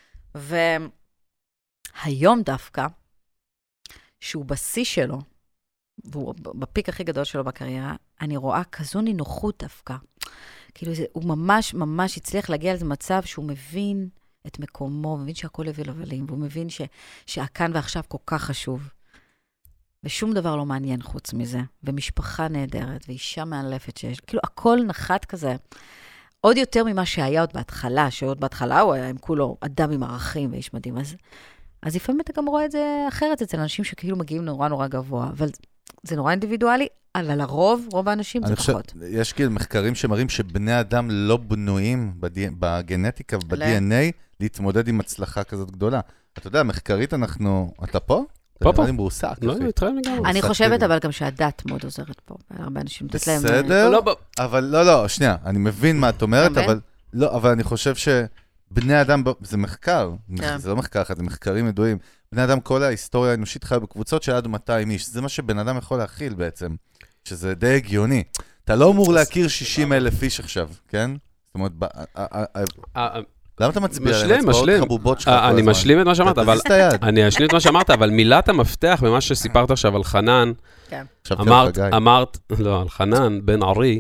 [SPEAKER 3] והיום דווקא, שהוא בשיא שלו, והוא בפיק הכי גדול שלו בקריירה, אני רואה כזו נינוחות דווקא. כאילו, הוא ממש ממש הצליח להגיע לזה מצב שהוא מבין את מקומו, מבין שהכל הביא לבלים, והוא מבין שהכאן ועכשיו כל כך חשוב. ושום דבר לא מעניין חוץ מזה. ומשפחה נהדרת, ואישה מאלפת שיש. כאילו, הכל נחת כזה. עוד יותר ממה שהיה עוד בהתחלה, שעוד בהתחלה הוא היה עם כולו אדם עם ערכים ואיש מדהים. אז לפעמים אתה גם רואה את זה אחרת אצל אנשים שכאילו מגיעים נורא נורא גבוה, אבל זה נורא אינדיבידואלי, אבל לרוב, רוב האנשים זה פחות.
[SPEAKER 2] יש כאילו מחקרים שמראים שבני אדם לא בנויים בגנטיקה וב-DNA להתמודד עם הצלחה כזאת גדולה. אתה יודע, מחקרית אתה פה?
[SPEAKER 1] פה.
[SPEAKER 2] לא,
[SPEAKER 1] התחלנו לגמרי.
[SPEAKER 3] אני חושבת אבל גם שהדת מאוד עוזרת פה. הרבה אנשים נותנת להם...
[SPEAKER 2] בסדר, אבל לא, שנייה, אני מבין מה את אומרת, אבל אני חושב שבני אדם, זה מחקר, זה לא מחקר אחד, זה מחקרים ידועים. בני אדם, כל ההיסטוריה האנושית חיה בקבוצות של עד 200 איש. זה מה שבן אדם יכול להכיל בעצם, שזה די הגיוני. אתה לא אמור להכיר 60,000 איש עכשיו, כן? זאת אומרת, למה אתה מצביע עליהם? הצבעות חבובות שלך כל הזמן?
[SPEAKER 1] אני משלים את מה שאמרת, אבל מילת המפתח במה שסיפרת עכשיו על חנן, אמרת, לא, על חנן בן ערי,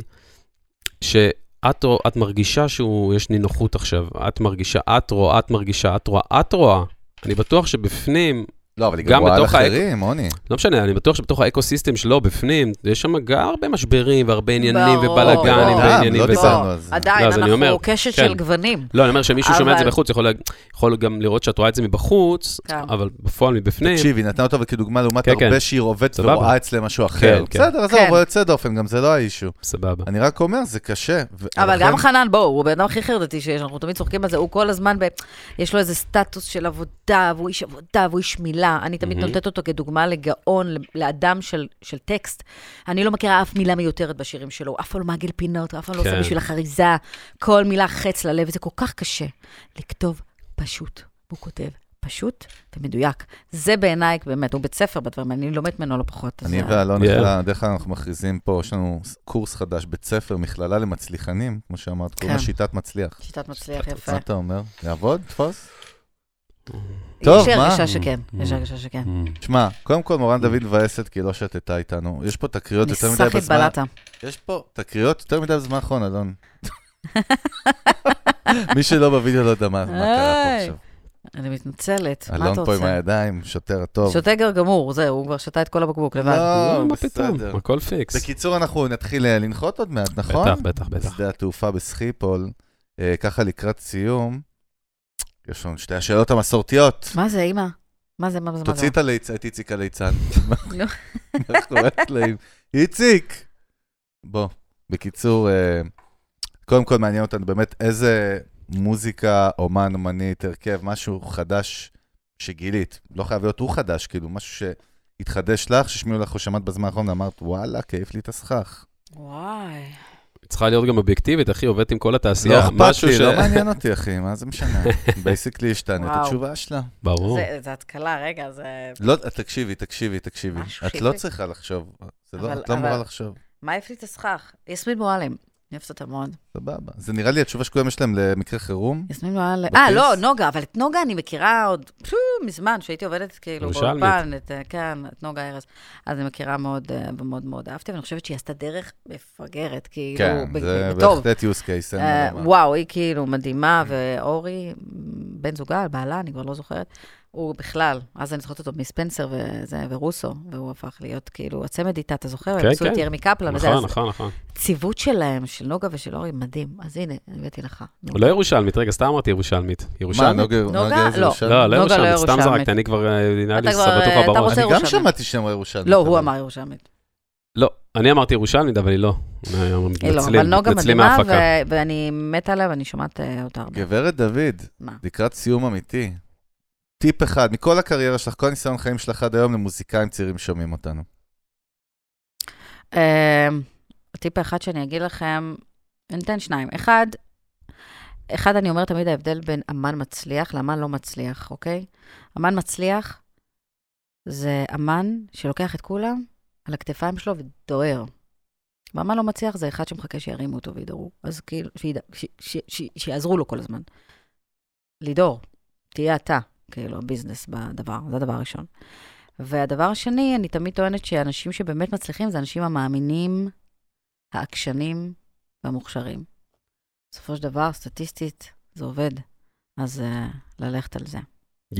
[SPEAKER 1] שאת מרגישה שיש נינוחות עכשיו, את מרגישה, את רואה, אני בטוח שבפנים,
[SPEAKER 2] לא, אבל היא גם רואה על אחרים, מוני.
[SPEAKER 1] לא משנה, אני בטוח שבתוך האקוסיסטם שלו, בפנים, יש שם הרבה משברים והרבה עניינים ובלגנים ועניינים וזה.
[SPEAKER 3] עדיין, אנחנו קשת של גוונים.
[SPEAKER 1] לא, אני אומר שמישהו שומע את זה בחוץ, יכול גם לראות שאת רואה את זה מבחוץ, אבל בפועל מבפנים.
[SPEAKER 2] תקשיבי, נתנה אותה כדוגמה לעומת הרבה שהיא עובדת ורואה אצלם משהו אחר. בסדר, אז הוא יוצא דופן, גם זה לא האישו.
[SPEAKER 1] סבבה.
[SPEAKER 2] אני רק אומר, זה קשה.
[SPEAKER 3] אבל גם חנן, בואו, הוא בן אדם הכי חרדתי שיש, אנחנו תמיד צוחקים על זה, הוא כל הזמן, יש לו איזה סטטוס של עבודה, והוא איש עבודה, והוא איש מילה. אני תמיד נותנת אותו כדוגמה לגאון, לאדם של טקסט. אני לא מכירה אף מילה מיותרת בשירים שלו, אף פעם לא מעגל פינות, אף פעם לא עושה בשביל החריזה, כל מילה חץ ללב, וזה כל כך קשה. לכתוב פשוט, הוא כותב פשוט ומדויק. זה בעיניי, באמת, הוא בית ספר בדברים, אני לומד ממנו לא פחות.
[SPEAKER 2] אני ואלון, דרך כלל אנחנו מכריזים פה, יש לנו קורס חדש, בית ספר, מכללה למצליחנים, כמו שאמרת, קוראים שיטת מצליח.
[SPEAKER 3] שיטת מצליח, יפה.
[SPEAKER 2] מה אתה אומר? יעבוד? תפוס?
[SPEAKER 3] טוב, מה? יש הרגשה שכן, יש הרגשה שכן.
[SPEAKER 2] שמע, קודם כל מורן דוד מבאסת, כי לא שתתה איתנו. יש פה תקריות יותר מדי בזמן.
[SPEAKER 3] ניסחת בלטה.
[SPEAKER 2] יש פה תקריות יותר מדי בזמן האחרון, אלון. מי שלא בווידאו לא יודע מה קרה פה עכשיו.
[SPEAKER 3] אני מתנצלת, מה אתה
[SPEAKER 2] אלון פה עם הידיים, שוטר טוב.
[SPEAKER 3] שוטר גמור, זהו, הוא כבר שתה את כל הבקבוק לבד.
[SPEAKER 2] לא, בסדר.
[SPEAKER 1] הכל פיקס.
[SPEAKER 2] בקיצור, אנחנו נתחיל לנחות עוד מעט, נכון?
[SPEAKER 1] בטח.
[SPEAKER 2] בשדה התעופה בסחיפול, ככה לקראת סיום. יש לנו שתי השאלות המסורתיות.
[SPEAKER 3] מה זה, אמא? מה זה?
[SPEAKER 2] תוציא את איציק הליצן. איציק! בוא, בקיצור, קודם כל מעניין אותנו באמת איזה מוזיקה, אומן, אומנית, הרכב, משהו חדש שגילית. לא חייב להיות הוא חדש, כאילו, משהו שהתחדש לך, ששמיעו לך או שמעת בזמן האחרון, ואמרת, וואלה, כיף לי את הסכך.
[SPEAKER 3] וואי.
[SPEAKER 1] צריכה להיות גם אובייקטיבית, אחי, עובדת עם כל התעשייה.
[SPEAKER 2] לא אכפת לי, לא מעניין אותי, אחי, מה זה משנה? בייסיקלי השתנה את התשובה שלה.
[SPEAKER 1] ברור.
[SPEAKER 3] זה התקלה, רגע, זה...
[SPEAKER 2] לא, תקשיבי. את לא צריכה לחשוב. את לא אמורה לחשוב.
[SPEAKER 3] מה העיף לי את הסכך? יסמין מועלם. אני אוהבת אותה מאוד.
[SPEAKER 2] סבבה. זה נראה לי התשובה שכולם יש להם למקרה חירום.
[SPEAKER 3] יסמין מועלם. לא, נוגה, אבל את נוגה אני מכירה עוד מזמן, שהייתי עובדת כאילו באולפן, כן, את נוגה ארז. אז אני מכירה מאוד ומאוד מאוד אהבתי, ואני חושבת שהיא עשתה דרך מפגרת, כאילו,
[SPEAKER 2] כן, זה בהחלט use case.
[SPEAKER 3] וואו, היא כאילו מדהימה, ואורי, בן זוגה, בעלה, אני כבר לא זוכרת, הוא בכלל, אז אני זוכרת אותו מספנסר ורוסו, והוא הפך להיות כאילו הצמד איתה, אתה זוכר? הם עשו את ירמי קפלן.
[SPEAKER 1] נכון.
[SPEAKER 3] ציוות שלהם, של נוגה ושל אורי, מדהים. אז הנה, הבאתי לך.
[SPEAKER 1] לא ירושלמית, רגע, סתם אמרתי ירושלמית.
[SPEAKER 2] מה, נוגה?
[SPEAKER 3] לא,
[SPEAKER 1] לא ירושלמית, סתם זרקת, אני כבר, נראה לי סבתוך בראש.
[SPEAKER 2] אני גם שמעתי שאמרה ירושלמית.
[SPEAKER 3] לא, הוא אמר ירושלמית.
[SPEAKER 1] לא, אני אמרתי ירושלמית, אבל היא לא.
[SPEAKER 3] אבל נוגה מדהימה, ואני מתה עליה, ואני שומעת אותה הרבה.
[SPEAKER 2] גברת דוד, לקראת סיום אמיתי. טיפ אחד, מכל הקריירה שלך, כל ניסיון חיים שלך עד היום למוזיקאים צעירים שומעים אותנו.
[SPEAKER 3] הטיפ האחד שאני אגיד לכם, אני אתן שניים. אחד אני אומר תמיד ההבדל בין אמן מצליח לאמן לא מצליח, אוקיי? אמן מצליח זה אמן שלוקח את כולם על הכתפיים שלו ודוהר. ואמן לא מצליח זה אחד שמחכה שירימו אותו וידורו. אז כאילו, שיעזרו לו כל הזמן. לידור, תהיה אתה. כאילו, ביזנס בדבר, זה הדבר הראשון. והדבר השני, אני תמיד טוענת שאנשים שבאמת מצליחים, זה אנשים המאמינים, העקשנים והמוכשרים. בסופו של דבר, סטטיסטית, זה עובד. אז ללכת על זה.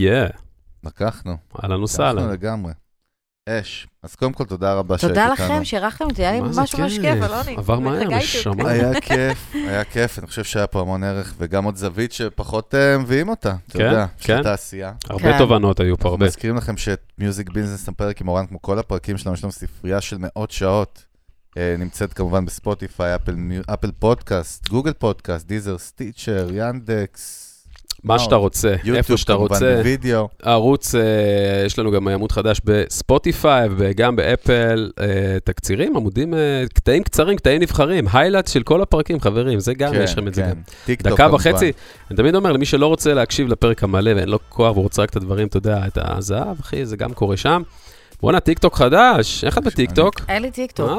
[SPEAKER 2] לקחנו.
[SPEAKER 1] אהלן וסהלן.
[SPEAKER 2] לקחנו לגמרי. אש. אז קודם כל, תודה רבה שהיית איתנו.
[SPEAKER 3] תודה לכם שערכתם אותי, היה לי ממש כיף, אלוני.
[SPEAKER 1] עבר מהר, נשמה.
[SPEAKER 2] היה כיף, אני חושב שהיה פה המון ערך, וגם עוד זווית שפחות מביאים אותה. אתה יודע, של תעשייה.
[SPEAKER 1] הרבה תובנות היו פה, הרבה.
[SPEAKER 2] מזכירים לכם שמיוזיק ביזנס הפרק עם אורן, כמו כל הפרקים שלנו, יש לנו ספרייה של מאות שעות. נמצאת כמובן בספוטיפיי, אפל פודקאסט, גוגל פודקאסט, דיזר, סטיצ'ר, ינדקס.
[SPEAKER 1] מה שאתה רוצה, איפה שאתה רוצה.
[SPEAKER 2] וידאו.
[SPEAKER 1] הערוץ, יש לנו גם עמוד חדש בספוטיפיי וגם באפל, תקצירים, עמודים, קטעים קצרים, קטעים נבחרים, היילייטס של כל הפרקים, חברים, זה גם, יש לכם את זה גם. דקה וחצי, אני תמיד אומר, למי שלא רוצה להקשיב לפרק המלא ואין לו כוח, והוא רוצה רק את הדברים, אתה יודע, את הזהב, אחי, זה גם קורה שם. בוא'נה, טיקטוק חדש, איך את בטיקטוק?
[SPEAKER 3] אין לי טיקטוק.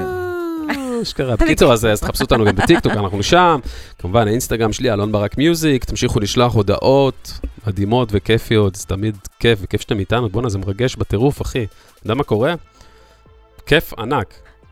[SPEAKER 1] שקרה. בקיצור, אז תחפשו אותנו גם בטיקטוק, אנחנו שם. כמובן, האינסטגרם שלי, אלון ברק מיוזיק, תמשיכו לשלוח הודעות מדהימות וכיפיות, זה תמיד כיף, וכיף שאתם איתנו. בוא'נה, זה מרגש בטירוף, אחי. אתה יודע מה קורה? כיף ענק.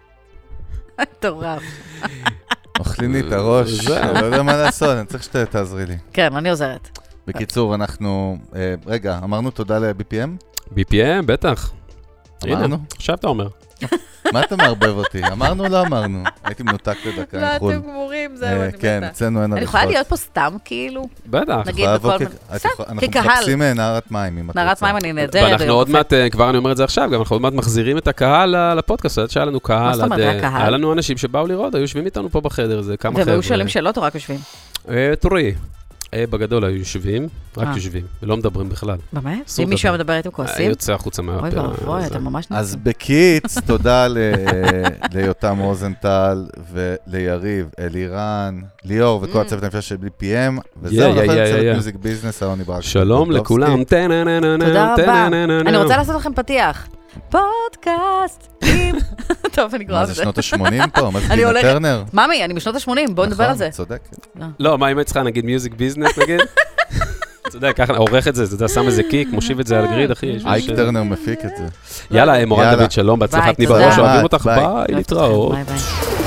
[SPEAKER 3] טורף.
[SPEAKER 2] אוכלים לי את הראש, לא יודע מה לעשות, אני צריך שתעזרי לי.
[SPEAKER 3] כן, אני עוזרת.
[SPEAKER 2] בקיצור, אנחנו... רגע, אמרנו תודה ל-BPM?
[SPEAKER 1] BPM, בטח.
[SPEAKER 2] אמרנו?
[SPEAKER 1] עכשיו אתה אומר.
[SPEAKER 2] מה אתה מערבב אותי? אמרנו, לא אמרנו. הייתי מנותק לדקה.
[SPEAKER 3] לא, אתם גמורים, זהו, אני מתה.
[SPEAKER 2] כן, אצלנו אין עריכות.
[SPEAKER 3] אני יכולה להיות פה סתם, כאילו?
[SPEAKER 1] בטח.
[SPEAKER 3] נגיד בכל...
[SPEAKER 2] אנחנו מחפשים נערת מים, אם את רוצה.
[SPEAKER 3] נערת מים אני נהדרת.
[SPEAKER 1] ואנחנו עוד מעט, כבר אני אומר את זה עכשיו, גם אנחנו עוד מעט מחזירים את הקהל לפודקאסט, עד שהיה לנו קהל.
[SPEAKER 3] מה זאת אומרת, הקהל?
[SPEAKER 1] היה לנו אנשים שבאו לראות, היו יושבים איתנו פה בחדר, זה כמה חבר'ה.
[SPEAKER 3] והיו שואלים שאלות או רק יושבים?
[SPEAKER 1] תורי. בגדול היו יושבים, רק יושבים, ולא מדברים בכלל.
[SPEAKER 3] באמת? אם מישהו מדבר איתם כועסים?
[SPEAKER 1] יוצא החוצה מהפה.
[SPEAKER 3] אוי, אתה ממש נצא.
[SPEAKER 2] אז בקיץ, תודה ליותם רוזנטל וליריב, אלירן, ליאור וכל הצוות הנפלא של BPM, וזהו, לכם צוות מיוזיק ביזנס, אלוני ברק.
[SPEAKER 1] שלום לכולם.
[SPEAKER 3] תודה רבה. אני רוצה לעשות לכם פתיח. פודקאסט. טוב, אני גרועה בזה.
[SPEAKER 2] מה זה שנות ה-80 פה? מה זה דינה טרנר?
[SPEAKER 3] ממי, אני בשנות ה-80, בואו נדבר על זה.
[SPEAKER 2] נכון, צודקת.
[SPEAKER 1] לא, מה אם היית צריכה, נגיד מיוזיק ביזנס, נגיד? אתה יודע, ככה, עורך את זה, אתה יודע, שם איזה קיק, מושיב את זה על גריד, אחי.
[SPEAKER 2] אייק טרנר מפיק את זה.
[SPEAKER 1] יאללה, מורן דוד, שלום, בהצלחת ניבה ראש, אוהבים אותך, ביי, להתראות.